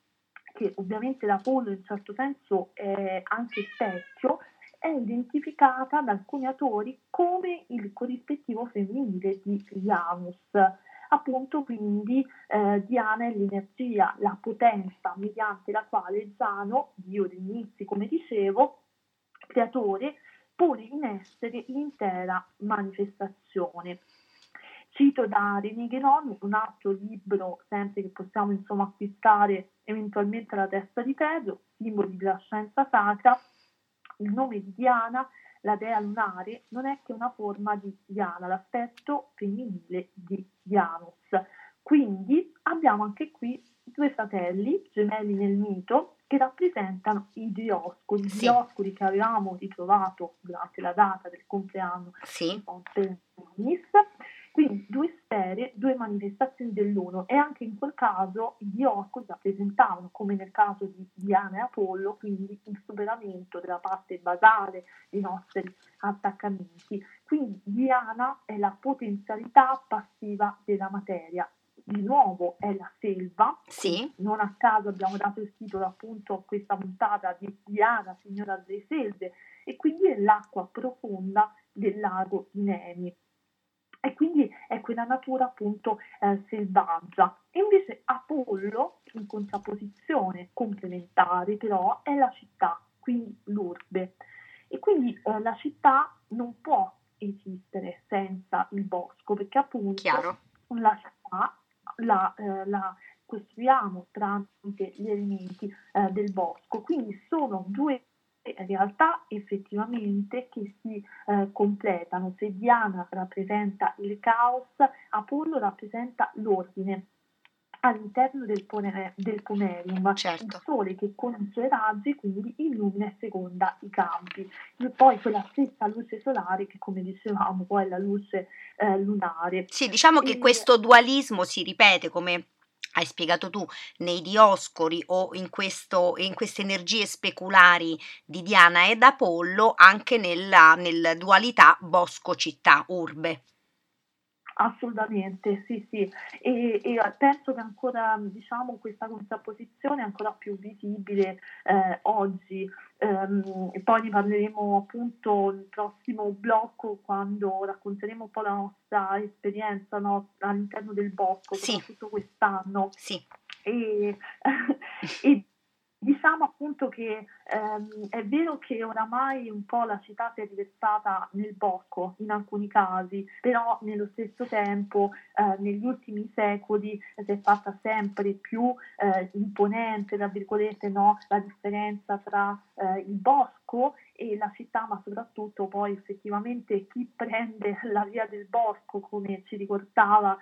[SPEAKER 2] che ovviamente l'Apollo in certo senso è anche specchio, è identificata da alcuni autori come il corrispettivo femminile di Janus. Appunto, quindi Diana è l'energia, la potenza mediante la quale Giano, dio degli inizi come dicevo, creatore, pone in essere l'intera manifestazione. Cito da René Guénon un altro libro sempre che possiamo insomma acquistare eventualmente alla Testa di Pedro, Simboli della scienza sacra. Il nome di Diana, la dea lunare, non è che una forma di Diana, l'aspetto femminile di Janus. Quindi abbiamo anche qui due fratelli gemelli nel mito che rappresentano i Dioscuri,
[SPEAKER 1] Sì.
[SPEAKER 2] Dioscuri che avevamo ritrovato durante la data del compleanno
[SPEAKER 1] Sì.
[SPEAKER 2] di Pontenis. Quindi due sfere, due manifestazioni dell'uno, e anche in quel caso i Dioscuri rappresentavano, come nel caso di Diana e Apollo, quindi il superamento della parte basale dei nostri attaccamenti. Quindi Diana è la potenzialità passiva della materia. Di nuovo è la selva,
[SPEAKER 1] Sì.
[SPEAKER 2] non a caso abbiamo dato il titolo appunto a questa puntata di Diana, signora delle selve, e quindi è l'acqua profonda del lago di Nemi. E quindi è quella natura appunto selvaggia. E invece Apollo, in contrapposizione complementare però, è la città, quindi l'urbe. E quindi la città non può esistere senza il bosco, perché appunto
[SPEAKER 1] Chiaro.
[SPEAKER 2] la città la costruiamo tramite gli elementi del bosco. Quindi sono due realtà effettivamente che si completano. Se Diana rappresenta il caos, Apollo rappresenta l'ordine. all'interno del pomerium,
[SPEAKER 1] certo.
[SPEAKER 2] il sole che con i suoi raggi quindi illumina e seconda i campi, e poi quella stessa luce solare che, come dicevamo, poi è la luce lunare.
[SPEAKER 1] Sì, diciamo che questo dualismo si ripete, come hai spiegato tu, nei Dioscuri o in queste energie speculari di Diana ed Apollo, anche nella dualità bosco-città, urbe.
[SPEAKER 2] Assolutamente, sì, sì, e penso che ancora, diciamo, questa contrapposizione è ancora più visibile oggi, e poi ne parleremo appunto nel prossimo blocco, quando racconteremo un po' la nostra esperienza, no, all'interno del bosco,
[SPEAKER 1] Sì.
[SPEAKER 2] soprattutto quest'anno.
[SPEAKER 1] Sì.
[SPEAKER 2] E, e diciamo appunto che è vero che oramai un po' la città si è riversata nel bosco in alcuni casi, però nello stesso tempo negli ultimi secoli si è fatta sempre più imponente, tra virgolette, no, la differenza tra il bosco e la città, ma soprattutto poi effettivamente chi prende la via del bosco, come ci ricordava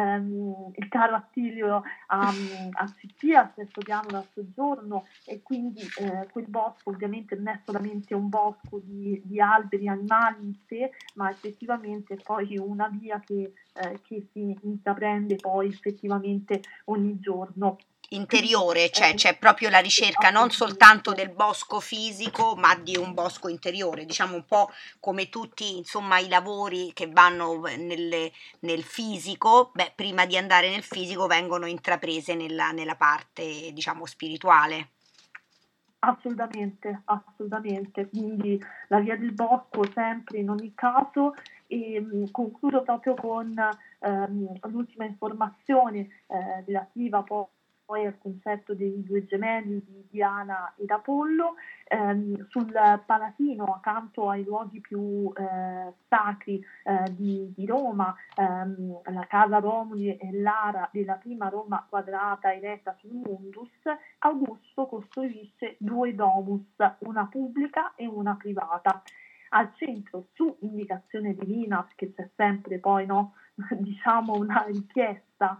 [SPEAKER 2] il caro Attilio a Sicilia, al stesso piano da soggiorno, e quindi quel bosco ovviamente non è solamente un bosco di alberi, animali in sé, ma effettivamente poi una via che si intraprende poi effettivamente ogni giorno.
[SPEAKER 1] Interiore, cioè c'è proprio la ricerca non soltanto del bosco fisico, ma di un bosco interiore, diciamo un po' come tutti, insomma, i lavori che vanno nel fisico, prima di andare nel fisico vengono intraprese nella parte, diciamo, spirituale.
[SPEAKER 2] Assolutamente, assolutamente, quindi la via del bosco sempre in ogni caso. E concludo proprio con l'ultima informazione relativa poi al concetto dei due gemelli di Diana ed Apollo. Sul Palatino, accanto ai luoghi più sacri di Roma, la Casa Romuli e Lara della prima Roma quadrata eretta sul Mundus, Augusto costruisce due domus, una pubblica e una privata. Al centro, su indicazione divina, perché c'è sempre poi, no, diciamo una richiesta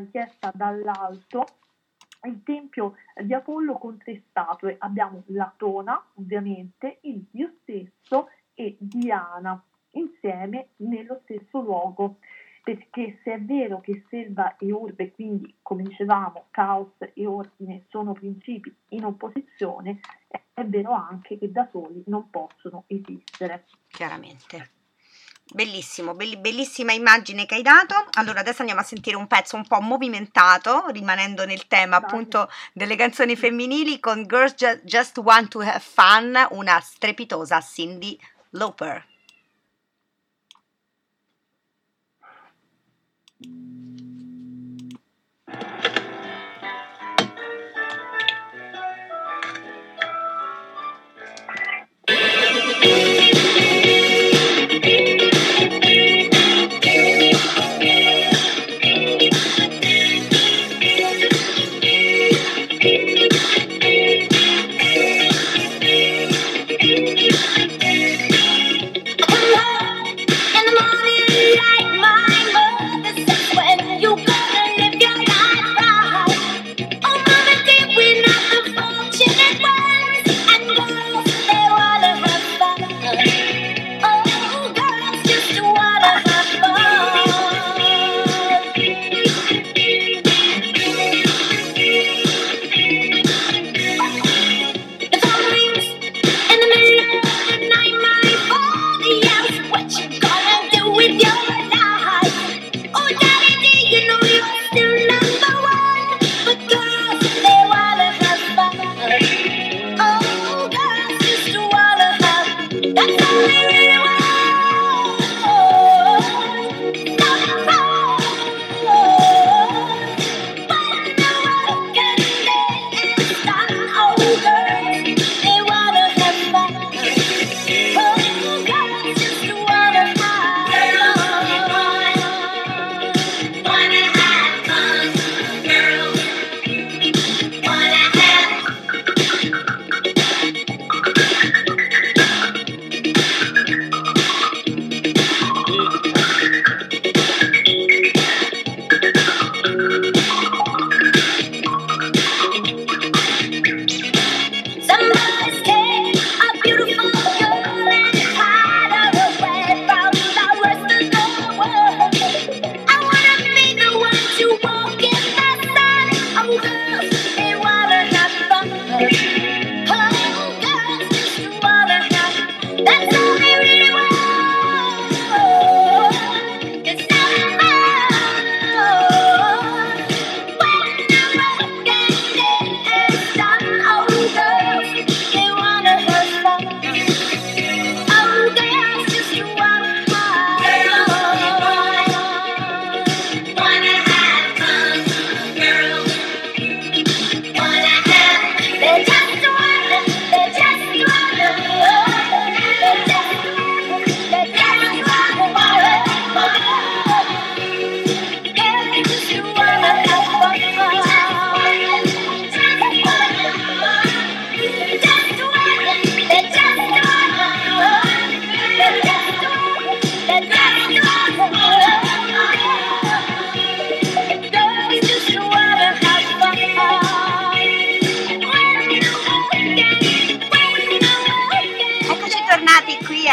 [SPEAKER 2] dall'alto, il tempio di Apollo con 3 statue. Abbiamo Latona, ovviamente, il dio stesso e Diana, insieme nello stesso luogo. Perché se è vero che selva e urbe, quindi come dicevamo caos e ordine sono principi in opposizione, è vero anche che da soli non possono esistere.
[SPEAKER 1] Chiaramente. Bellissimo, bellissima immagine che hai dato. Allora adesso andiamo a sentire un pezzo un po' movimentato, rimanendo nel tema appunto delle canzoni femminili, con Girls Just Want to Have Fun, una strepitosa Cyndi Lauper.
[SPEAKER 4] In the morning, like my mother says, when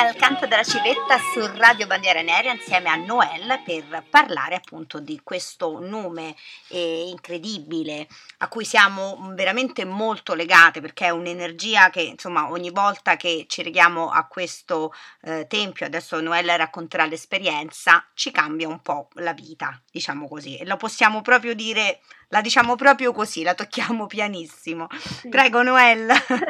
[SPEAKER 1] al Canto della Civetta su Radio Bandiera Nera insieme a Noel per parlare appunto di questo nome incredibile a cui siamo veramente molto legate, perché è un'energia che insomma ogni volta che ci reghiamo a questo tempio, adesso Noel racconterà l'esperienza, ci cambia un po' la vita, diciamo così, e lo possiamo proprio dire, la diciamo proprio così, la tocchiamo pianissimo.
[SPEAKER 2] Sì.
[SPEAKER 1] Prego Noel.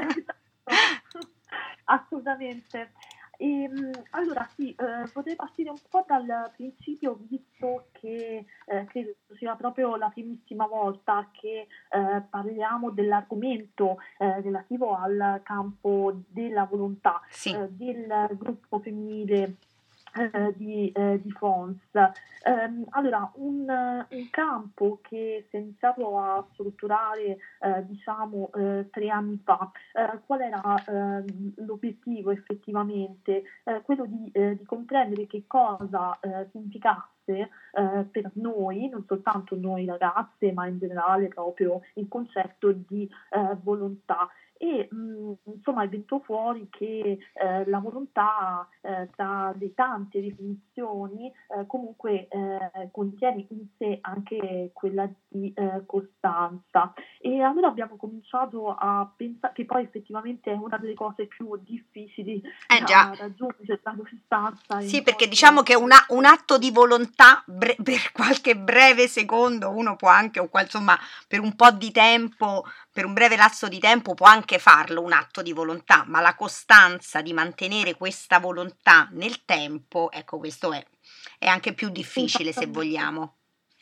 [SPEAKER 2] Assolutamente. Allora sì, potrei partire un po' dal principio, visto che credo sia proprio la primissima volta che parliamo dell'argomento relativo al campo della volontà
[SPEAKER 1] Sì.
[SPEAKER 2] del gruppo femminile di Fons. Allora, un campo che si è iniziato a strutturare diciamo 3 anni fa. Qual era l'obiettivo effettivamente? Quello di comprendere che cosa significasse per noi, non soltanto noi ragazze, ma in generale proprio il concetto di volontà. E insomma è venuto fuori che la volontà tra le tante definizioni comunque contiene in sé anche quella di costanza. E allora abbiamo cominciato a pensare che poi effettivamente è una delle cose più difficili da raggiungere, la costanza.
[SPEAKER 1] Sì, perché diciamo che un atto di volontà per qualche breve secondo uno può anche, o insomma per un po' di tempo, per un breve lasso di tempo può anche farlo un atto di volontà, ma la costanza di mantenere questa volontà nel tempo, ecco, questo è anche più difficile se vogliamo.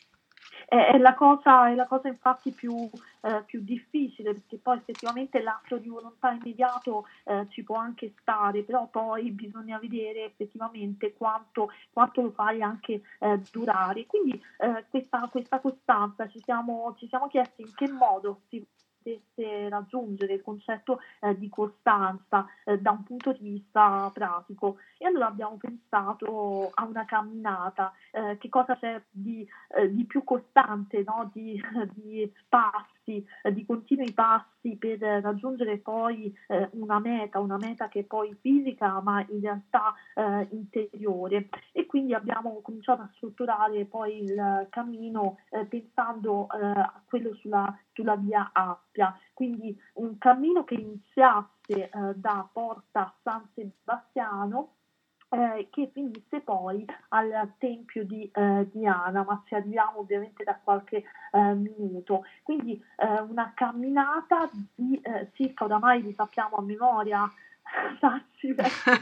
[SPEAKER 2] È la cosa infatti più difficile, perché poi effettivamente l'atto di volontà immediato ci può anche stare, però poi bisogna vedere effettivamente quanto lo fai anche durare. Quindi questa costanza ci siamo chiesti in che modo si potesse raggiungere il concetto di costanza da un punto di vista pratico, e allora abbiamo pensato a una camminata. Che cosa c'è di più costante, no? di passi, di continui passi per raggiungere poi una meta che è poi fisica ma in realtà interiore. E quindi abbiamo cominciato a strutturare poi il cammino pensando a quello sulla via Appia, quindi un cammino che iniziasse da Porta San Sebastiano che finisse poi al Tempio di Diana, ma ci arriviamo ovviamente da qualche minuto. Quindi una camminata di circa, oramai li sappiamo a memoria, tanti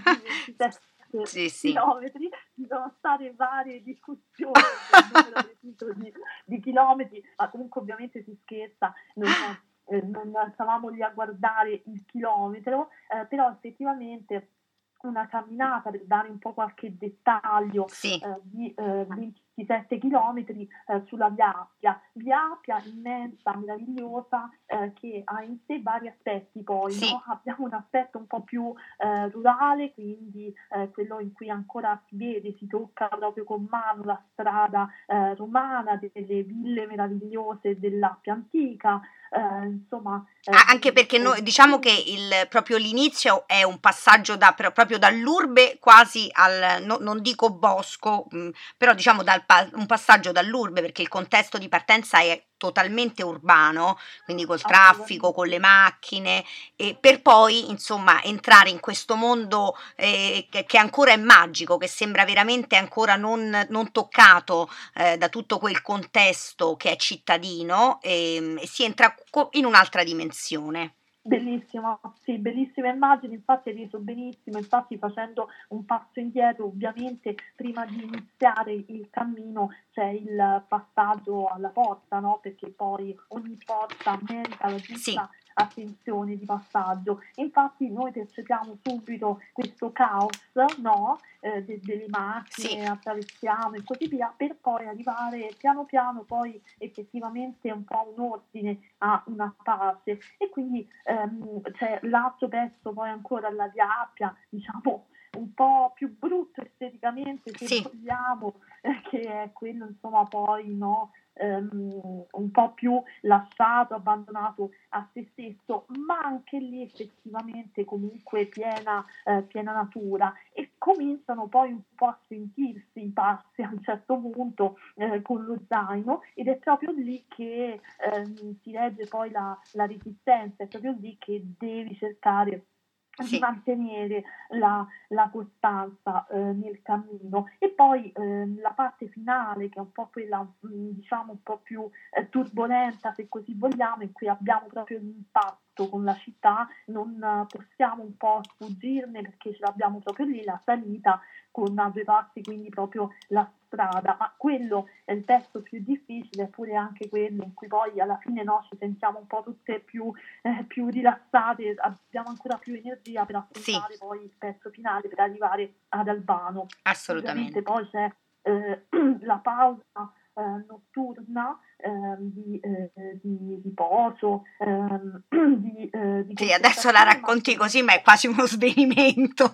[SPEAKER 2] 27 chilometri. Ci sono state varie discussioni sul numero preciso di chilometri, ma comunque ovviamente si scherza, non stavamo lì a guardare il chilometro, però effettivamente una camminata, per dare un po' qualche dettaglio, di 27 chilometri sulla Via Appia immensa, meravigliosa, che ha in sé vari aspetti poi, no? Abbiamo un aspetto un po' più rurale, quindi quello in cui ancora si vede, si tocca proprio con mano la strada romana, delle ville meravigliose dell'Appia antica, insomma.
[SPEAKER 1] Anche perché noi diciamo che proprio l'inizio è un passaggio proprio dall'urbe quasi al, non dico bosco, però diciamo un passaggio dall'urbe, perché il contesto di partenza è totalmente urbano, quindi col traffico, con le macchine, per poi insomma entrare in questo mondo che ancora è magico, che sembra veramente ancora non toccato da tutto quel contesto che è cittadino, e si entra in un'altra dimensione.
[SPEAKER 2] Bellissimo, sì, bellissima immagine, infatti hai reso benissimo, infatti facendo un passo indietro, ovviamente prima di iniziare il cammino c'è il passaggio alla porta, no? Perché poi ogni porta merita la giusta attenzione di passaggio. Infatti noi percepiamo subito questo caos, no? Delle macchine, attraversiamo e così via, per poi arrivare piano piano poi effettivamente un po' un ordine a una pace. E quindi c'è l'altro pezzo poi ancora alla Via Appia, diciamo un po' più brutto esteticamente, se
[SPEAKER 1] Sì,
[SPEAKER 2] vogliamo, che è quello insomma poi, no, un po' più lasciato, abbandonato a se stesso, ma anche lì effettivamente comunque piena natura, e cominciano poi un po' a sentirsi i passi a un certo punto con lo zaino, ed è proprio lì che si legge poi la resistenza, è proprio lì che devi cercare di
[SPEAKER 1] sì.
[SPEAKER 2] mantenere la costanza nel cammino. E poi la parte finale, che è un po' quella diciamo un po' più turbolenta, se così vogliamo, in cui abbiamo proprio l'impatto con la città, non possiamo un po' sfuggirne, perché ce l'abbiamo proprio lì, la salita, con a due passi quindi proprio la strada, ma quello è il pezzo più difficile, eppure anche quello in cui poi alla fine, no, ci sentiamo un po' tutte più rilassate, abbiamo ancora più energia per
[SPEAKER 1] Sì,
[SPEAKER 2] affrontare poi il pezzo finale, per arrivare ad Albano. Ovviamente
[SPEAKER 1] assolutamente.
[SPEAKER 2] poi c'è la pausa notturna di riposo, di
[SPEAKER 1] Sì, adesso la
[SPEAKER 2] concentrazione, ma
[SPEAKER 1] racconti così, ma è quasi uno svenimento.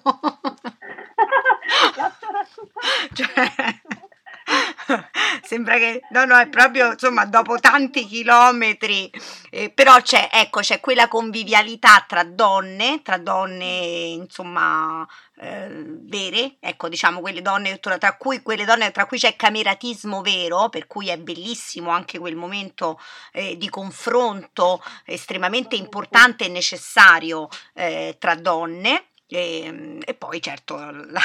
[SPEAKER 2] la sto raccontando
[SPEAKER 1] Cioè,
[SPEAKER 2] adesso.
[SPEAKER 1] sembra che no, no, è proprio insomma dopo tanti chilometri, però c'è, ecco, c'è quella convivialità tra donne insomma vere, ecco, diciamo quelle donne tra cui c'è cameratismo vero, per cui è bellissimo anche quel momento di confronto estremamente
[SPEAKER 2] Assolutamente.
[SPEAKER 1] importante e necessario tra donne. E poi certo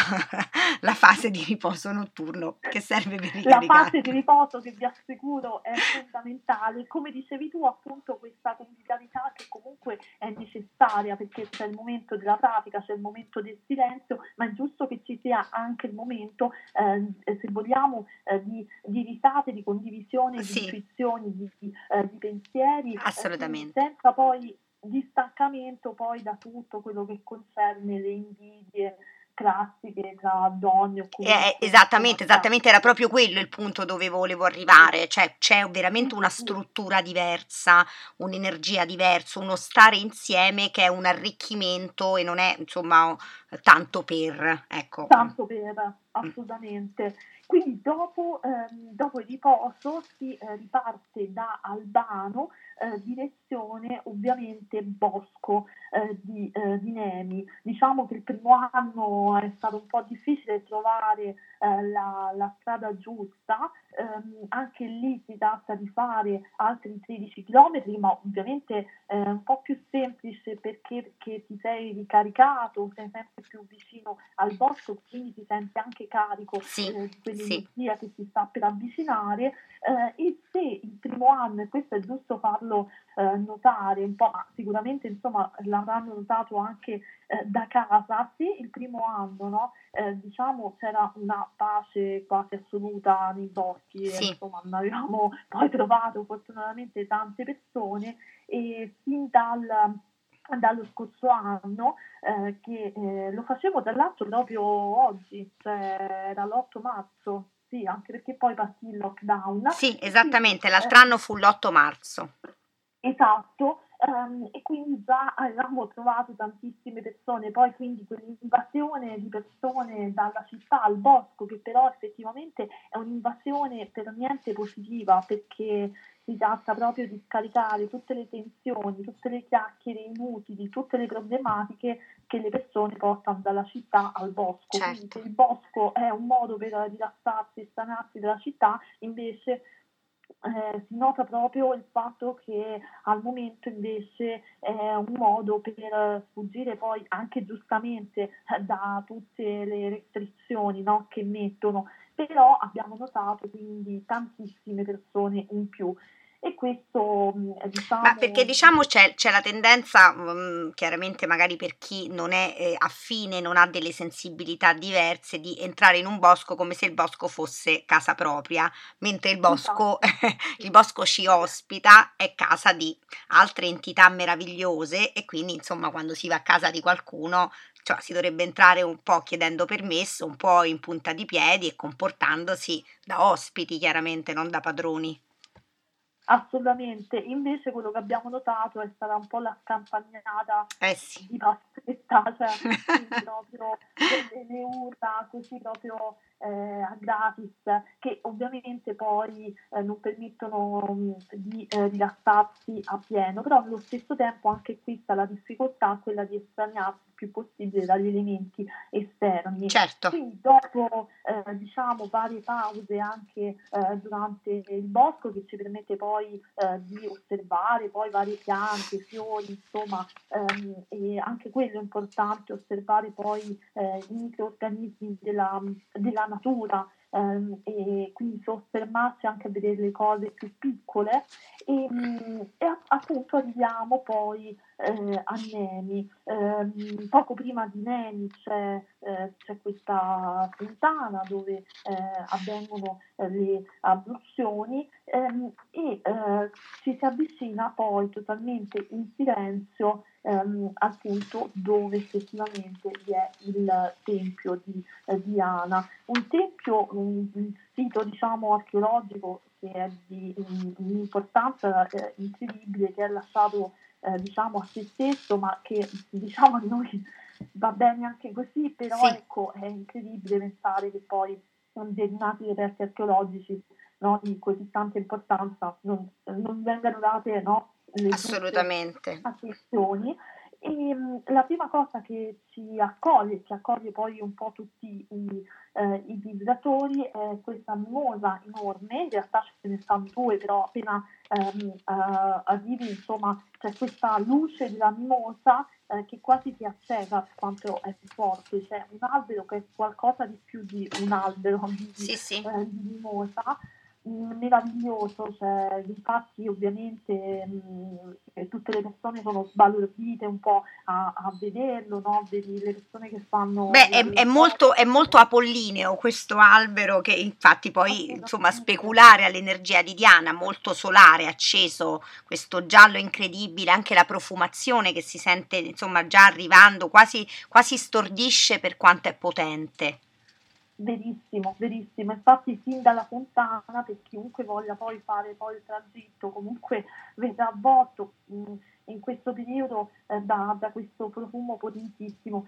[SPEAKER 1] la fase di riposo notturno che serve per
[SPEAKER 2] La
[SPEAKER 1] ricaricare.
[SPEAKER 2] fase di riposo, che vi assicuro è fondamentale, come dicevi tu, appunto questa convivialità che comunque è necessaria, perché c'è il momento della pratica, c'è il momento del silenzio, ma è giusto che ci sia anche il momento, se vogliamo, di risate, di condivisione, di
[SPEAKER 1] Sì,
[SPEAKER 2] intuizioni, di pensieri, quindi
[SPEAKER 1] assolutamente.
[SPEAKER 2] senza poi distaccamento poi da tutto quello che concerne le invidie classiche tra donne, o comunque insomma
[SPEAKER 1] Esattamente, esattamente, era proprio quello il punto dove volevo arrivare, cioè c'è veramente una struttura diversa, un'energia diversa, uno stare insieme che è un arricchimento e non è insomma tanto per, ecco.
[SPEAKER 2] tanto per, assolutamente. Quindi dopo il riposo si riparte da Albano, direzione ovviamente bosco di Nemi. Diciamo che il primo anno è stato un po' difficile trovare la strada giusta, anche lì si tratta di fare altri 13 km, ma ovviamente un po' più semplice, perché ti sei ricaricato, sei sempre più vicino al bosco, quindi ti senti anche carico
[SPEAKER 1] Sì,
[SPEAKER 2] di
[SPEAKER 1] sì,
[SPEAKER 2] quell'energia che si sta per avvicinare. E se il primo anno, e questo è giusto farlo notare un po', ma sicuramente insomma l'avranno notato anche da casa, se il primo anno, no, diciamo c'era una pace quasi assoluta nei boschi, e
[SPEAKER 1] sì.
[SPEAKER 2] insomma non avevamo poi trovato fortunatamente tante persone, e fin dallo scorso anno, che lo facevo tra l'altro proprio oggi, cioè era l'8 marzo, sì, anche perché poi partì il lockdown,
[SPEAKER 1] Sì,
[SPEAKER 2] e quindi
[SPEAKER 1] esattamente, l'altro anno fu l'8 marzo.
[SPEAKER 2] esatto, e quindi già avevamo trovato tantissime persone, poi quindi quell'invasione di persone dalla città al bosco, che però effettivamente è un'invasione per niente positiva, perché si tratta proprio di scaricare tutte le tensioni, tutte le chiacchiere inutili, tutte le problematiche che le persone portano dalla città al bosco. Quindi
[SPEAKER 1] Certo.
[SPEAKER 2] se il bosco è un modo per rilassarsi e stanarsi dalla città, invece si nota proprio il fatto che al momento invece è un modo per sfuggire poi anche giustamente da tutte le restrizioni, no, che mettono, però abbiamo notato quindi tantissime persone in più, e questo
[SPEAKER 1] Ma perché
[SPEAKER 2] diciamo.
[SPEAKER 1] diciamo c'è la tendenza, chiaramente magari per chi non è affine, non ha delle sensibilità diverse, di entrare in un bosco come se il bosco fosse casa propria, mentre
[SPEAKER 2] Esatto,
[SPEAKER 1] il bosco ci ospita, è casa di altre entità meravigliose e quindi insomma quando si va a casa di qualcuno, cioè, si dovrebbe entrare un po' chiedendo permesso, un po' in punta di piedi e comportandosi da ospiti, chiaramente, non da padroni.
[SPEAKER 2] assolutamente. Invece quello che abbiamo notato è stata un po' la scampagnata
[SPEAKER 1] Eh sì,
[SPEAKER 2] di fretta, cioè quindi proprio le urla così proprio a gratis, che ovviamente poi non permettono di rilassarsi a pieno, però allo stesso tempo anche qui sta la difficoltà, quella di estraniarsi il più possibile dagli elementi esterni.
[SPEAKER 1] Certo.
[SPEAKER 2] Quindi dopo diciamo varie pause anche durante il bosco, che ci permette poi di osservare poi varie piante, fiori, insomma, e anche quello è importante, osservare poi i microrganismi della natura, e quindi soffermarsi anche a vedere le cose più piccole e appunto arriviamo poi a Nemi. Poco prima di Nemi c'è questa fontana dove avvengono le abluzioni, e ci si avvicina poi totalmente in silenzio al punto dove effettivamente vi è il tempio di Diana, un tempio, un sito diciamo archeologico che è di un'importanza incredibile, che è lasciato diciamo a se stesso, ma che diciamo a noi va bene anche così, però
[SPEAKER 1] Sì.
[SPEAKER 2] ecco, è incredibile pensare che poi determinati reperti archeologici, no, di così tanta importanza non vengano date, no, le giuste
[SPEAKER 1] Assolutamente.
[SPEAKER 2] attenzioni. E la prima cosa che ci accoglie poi un po' tutti i visitatori, è questa mimosa enorme, in realtà ce ne stanno due, però appena arrivi insomma c'è questa luce della mimosa che quasi ti accesa per quanto è forte, c'è un albero che è qualcosa di più di un albero
[SPEAKER 1] Sì, sì.
[SPEAKER 2] di mimosa, meraviglioso, cioè, infatti ovviamente tutte le persone sono sbalordite un po' a vederlo, no? Vedi le persone che fanno
[SPEAKER 1] Beh, è molto apollineo questo albero, che infatti poi insomma speculare all'energia di Diana, molto solare, acceso, questo giallo incredibile, anche la profumazione che si sente insomma già arrivando, quasi stordisce per quanto è potente.
[SPEAKER 2] Verissimo, verissimo. Infatti sin dalla fontana, per chiunque voglia poi fare poi il tragitto, comunque verrà avvolto in questo periodo da questo profumo potentissimo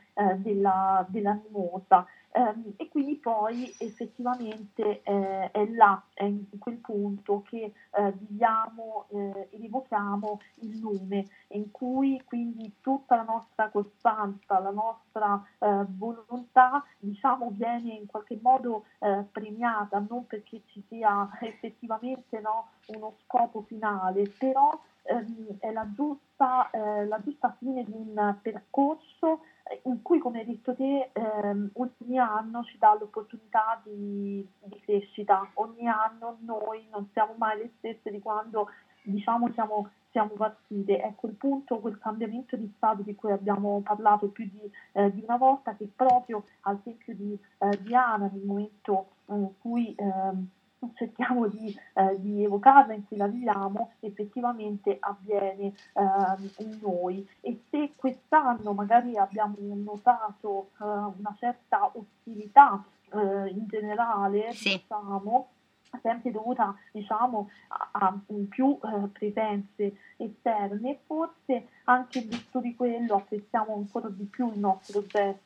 [SPEAKER 2] della mimosa. E quindi poi effettivamente è là, è in quel punto che diamo e rivochiamo il lume, in cui quindi tutta la nostra costanza, la nostra volontà, diciamo, viene in qualche modo premiata, non perché ci sia effettivamente, no, uno scopo finale, però è la giusta fine di un percorso in cui, come hai detto te, ogni anno ci dà l'opportunità di crescita. Ogni anno noi non siamo mai le stesse di quando diciamo siamo partite. Ecco il punto, quel cambiamento di stato di cui abbiamo parlato più di una volta, che proprio al tempio di Diana, nel momento in cui cerchiamo di evocarla, in cui la viviamo, effettivamente avviene in noi. E se quest'anno magari abbiamo notato una certa ostilità in generale,
[SPEAKER 1] Sì.
[SPEAKER 2] diciamo, sempre dovuta, diciamo, a più presenze esterne, forse anche in virtù di quello apprezziamo ancora di più il nostro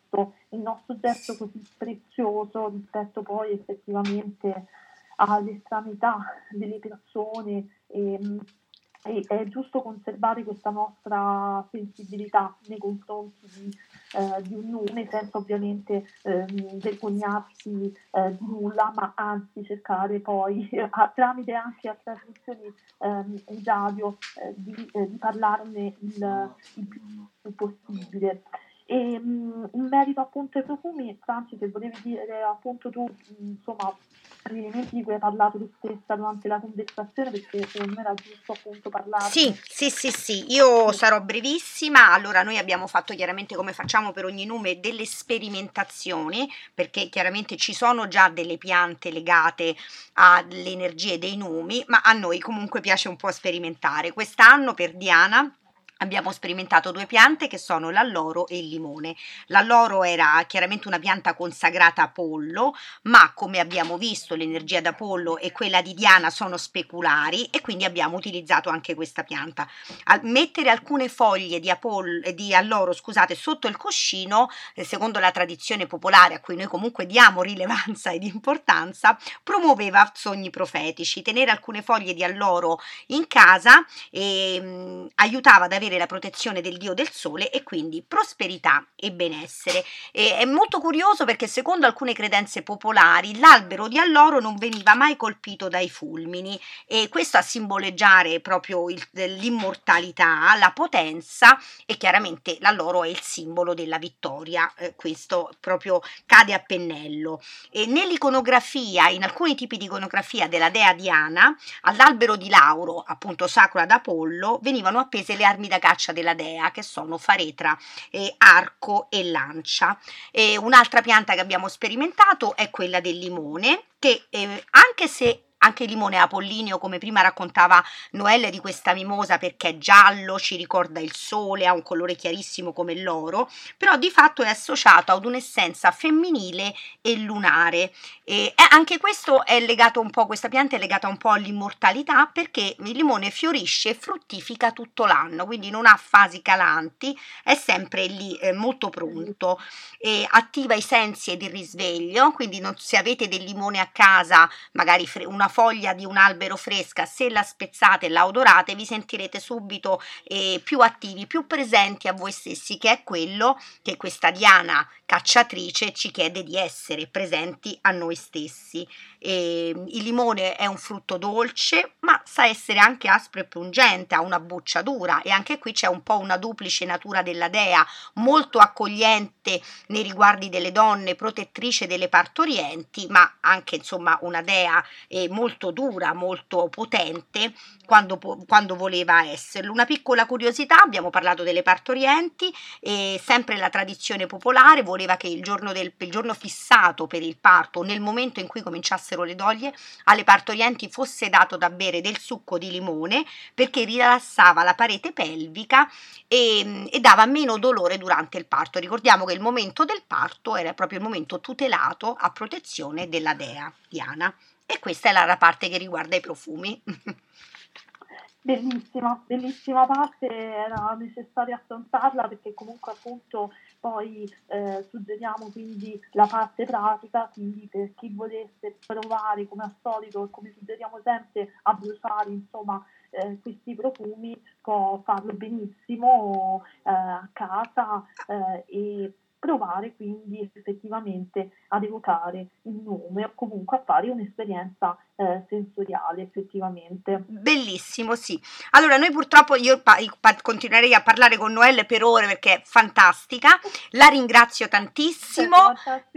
[SPEAKER 2] gesto così prezioso rispetto poi effettivamente all'estraneità delle persone, e è giusto conservare questa nostra sensibilità nei confronti di un nume, senza ovviamente vergognarsi di nulla, ma anzi cercare poi tramite anche a trasmissioni in radio di parlarne il più possibile. E in merito appunto ai profumi, Franci, se volevi dire appunto tu, insomma, gli elementi di cui hai parlato tu stessa durante la conversazione, perché secondo me era giusto appunto parlarne.
[SPEAKER 1] Sì, io sarò brevissima. Allora, noi abbiamo fatto chiaramente, come facciamo per ogni nume, delle sperimentazioni, perché chiaramente ci sono già delle piante legate alle energie dei numi, ma a noi comunque piace un po' sperimentare. Quest'anno per Diana abbiamo sperimentato 2 piante che sono l'alloro e il limone. L'alloro era chiaramente una pianta consacrata a Apollo, ma come abbiamo visto l'energia d'Apollo e quella di Diana sono speculari e quindi abbiamo utilizzato anche questa pianta. Mettere alcune foglie di alloro, scusate, sotto il cuscino, secondo la tradizione popolare a cui noi comunque diamo rilevanza ed importanza, promuoveva sogni profetici. Tenere alcune foglie di alloro in casa aiutava ad avere la protezione del dio del sole e quindi prosperità e benessere. È molto curioso perché secondo alcune credenze popolari l'albero di alloro non veniva mai colpito dai fulmini e questo a simboleggiare proprio l'immortalità, la potenza e chiaramente l'alloro è il simbolo della vittoria, questo proprio cade a pennello. E nell'iconografia, in alcuni tipi di iconografia della dea Diana, all'albero di lauro, appunto sacro ad Apollo, venivano appese le armi da caccia della dea che sono faretra, arco e lancia. Un'altra pianta che abbiamo sperimentato è quella del limone che anche se anche il limone apollineo, come prima raccontava Noelle di questa mimosa, perché è giallo, ci ricorda il sole, ha un colore chiarissimo come l'oro, però di fatto è associato ad un'essenza femminile e lunare. Anche questo è legato un po', questa pianta è legata un po' all'immortalità perché il limone fiorisce e fruttifica tutto l'anno, quindi non ha fasi calanti, è sempre lì molto pronto, attiva i sensi ed il risveglio, quindi se avete del limone a casa, magari una foglia di un albero fresca, se la spezzate e la odorate vi sentirete subito più attivi, più presenti a voi stessi, che è quello che questa Diana cacciatrice ci chiede di essere, presenti a noi stessi. Il limone è un frutto dolce ma sa essere anche aspro e pungente, ha una bocciatura e anche qui c'è un po' una duplice natura della dea, molto accogliente nei riguardi delle donne, protettrice delle partorienti, ma anche insomma una dea molto dura, molto potente quando voleva esserlo. Una piccola curiosità, abbiamo parlato delle partorienti e sempre la tradizione popolare voleva che il giorno fissato per il parto, nel momento in cui cominciassero le doglie, alle partorienti fosse dato da bere del succo di limone perché rilassava la parete pelvica e dava meno dolore durante il parto. Ricordiamo che il momento del parto era proprio il momento tutelato a protezione della dea Diana. E questa è la parte che riguarda i profumi.
[SPEAKER 2] Bellissima, bellissima parte, era necessario affrontarla perché comunque appunto poi suggeriamo quindi la parte pratica, quindi per chi volesse provare come al solito, come suggeriamo sempre, a bruciare insomma questi profumi, può farlo benissimo a casa e provare quindi effettivamente ad evocare il nome o comunque a fare un'esperienza sensoriale effettivamente.
[SPEAKER 1] Bellissimo, sì. Allora noi purtroppo io continuerei a parlare con Noelle per ore perché è fantastica, la ringrazio tantissimo.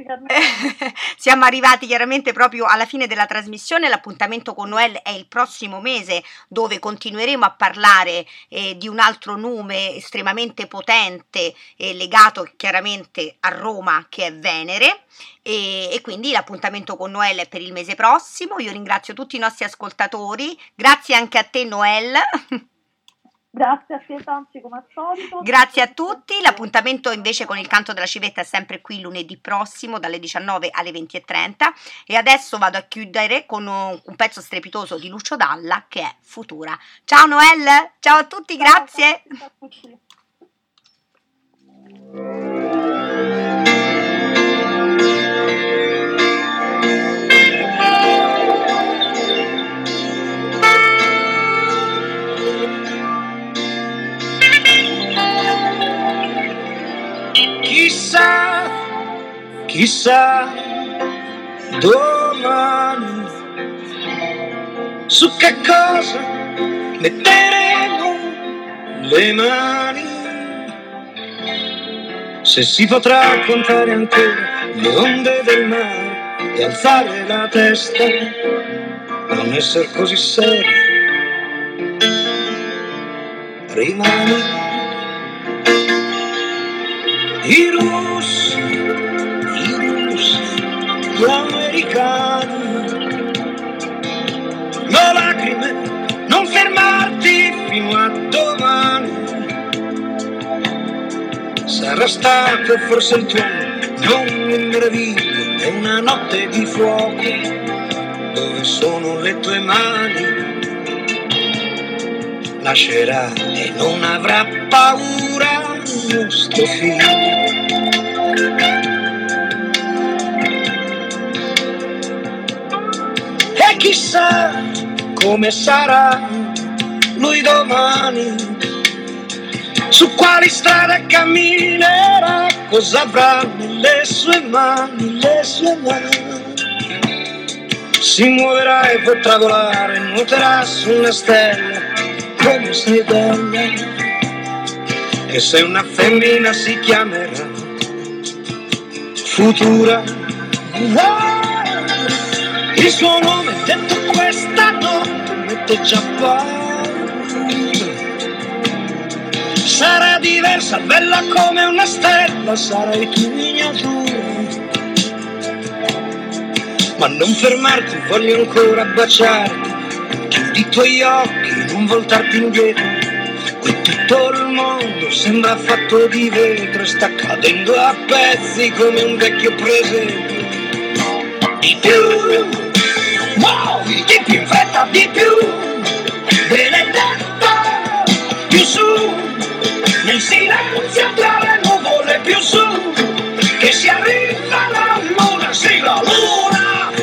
[SPEAKER 1] Siamo arrivati chiaramente proprio alla fine della trasmissione, l'appuntamento con Noelle è il prossimo mese dove continueremo a parlare di un altro nome estremamente potente legato chiaramente a Roma che è Venere e quindi l'appuntamento con Noelle è per il mese prossimo. Io ringrazio tutti i nostri ascoltatori, grazie anche a te Noelle.
[SPEAKER 2] Grazie a te Tanci come al solito.
[SPEAKER 1] Grazie a tutti, l'appuntamento invece con il canto della civetta è sempre qui lunedì prossimo dalle 19 alle 20:30 e adesso vado a chiudere con un pezzo strepitoso di Lucio Dalla che è Futura. Ciao Noelle, ciao a tutti, grazie.
[SPEAKER 2] Ciao a tutti.
[SPEAKER 3] Chissà domani su che cosa metteremo le mani, se si potrà contare ancora le onde del mare e alzare la testa, non essere così seri. Rimani i russi, gli americani, no lacrime, non fermarti fino a domani, sarà stato forse il tuono, non mi meraviglio, è una notte di fuoco. Dove sono le tue mani? Nascerà e non avrà paura il nostro figlio. E chissà come sarà lui domani, su quali strade camminerà, cosa avrà nelle sue mani, le sue mani. Si muoverà e potrà volare, nuoterà su una stella, come sei bella. E se una femmina si chiamerà Futura, il suo nome dentro questa notte mette già paura. Sarà diversa, bella come una stella, sarai tu miniatura. Ma non fermarti, voglio ancora baciarti. Chiudi i tuoi occhi, non voltarti indietro. Qui tutto il mondo sembra fatto di vetro, sta cadendo a pezzi come un vecchio presente. Di più, muovi, di più in fretta, di più, benedetta, più su, nel silenzio tra le nuvole, più su, che si arriva la luna, sì la luna.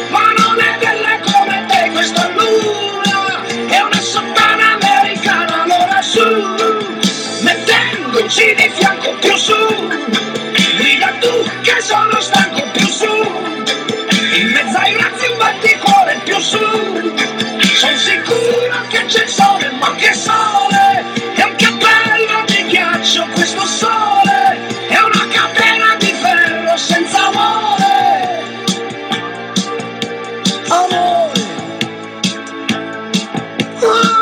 [SPEAKER 3] Mettendoci di fianco, più su, grida tu che sono stanco, più su, in mezzo ai razzi un batticuore, più su, sono sicuro che c'è il sole, ma che sole, è un cappello di ghiaccio questo sole, è una catena di ferro senza amore, amore, amore.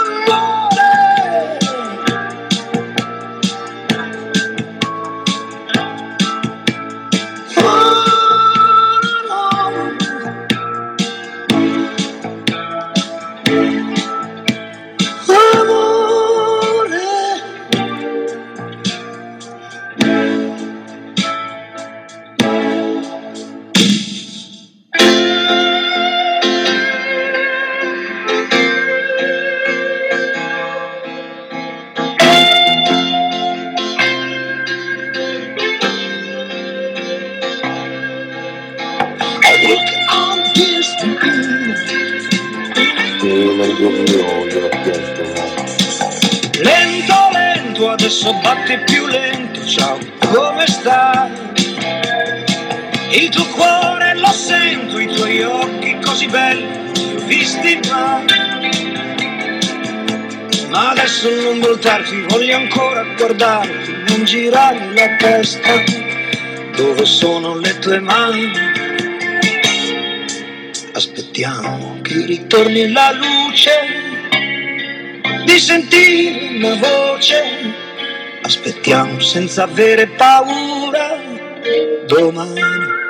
[SPEAKER 3] Lento, lento, adesso batti più lento, ciao, come stai? Il tuo cuore lo sento, i tuoi occhi così belli, li ho visti mai. Ma adesso non voltarti, voglio ancora guardarti, non girare la testa, dove sono le tue mani? Aspettiamo che ritorni la luce, di sentire una voce, aspettiamo senza avere paura domani.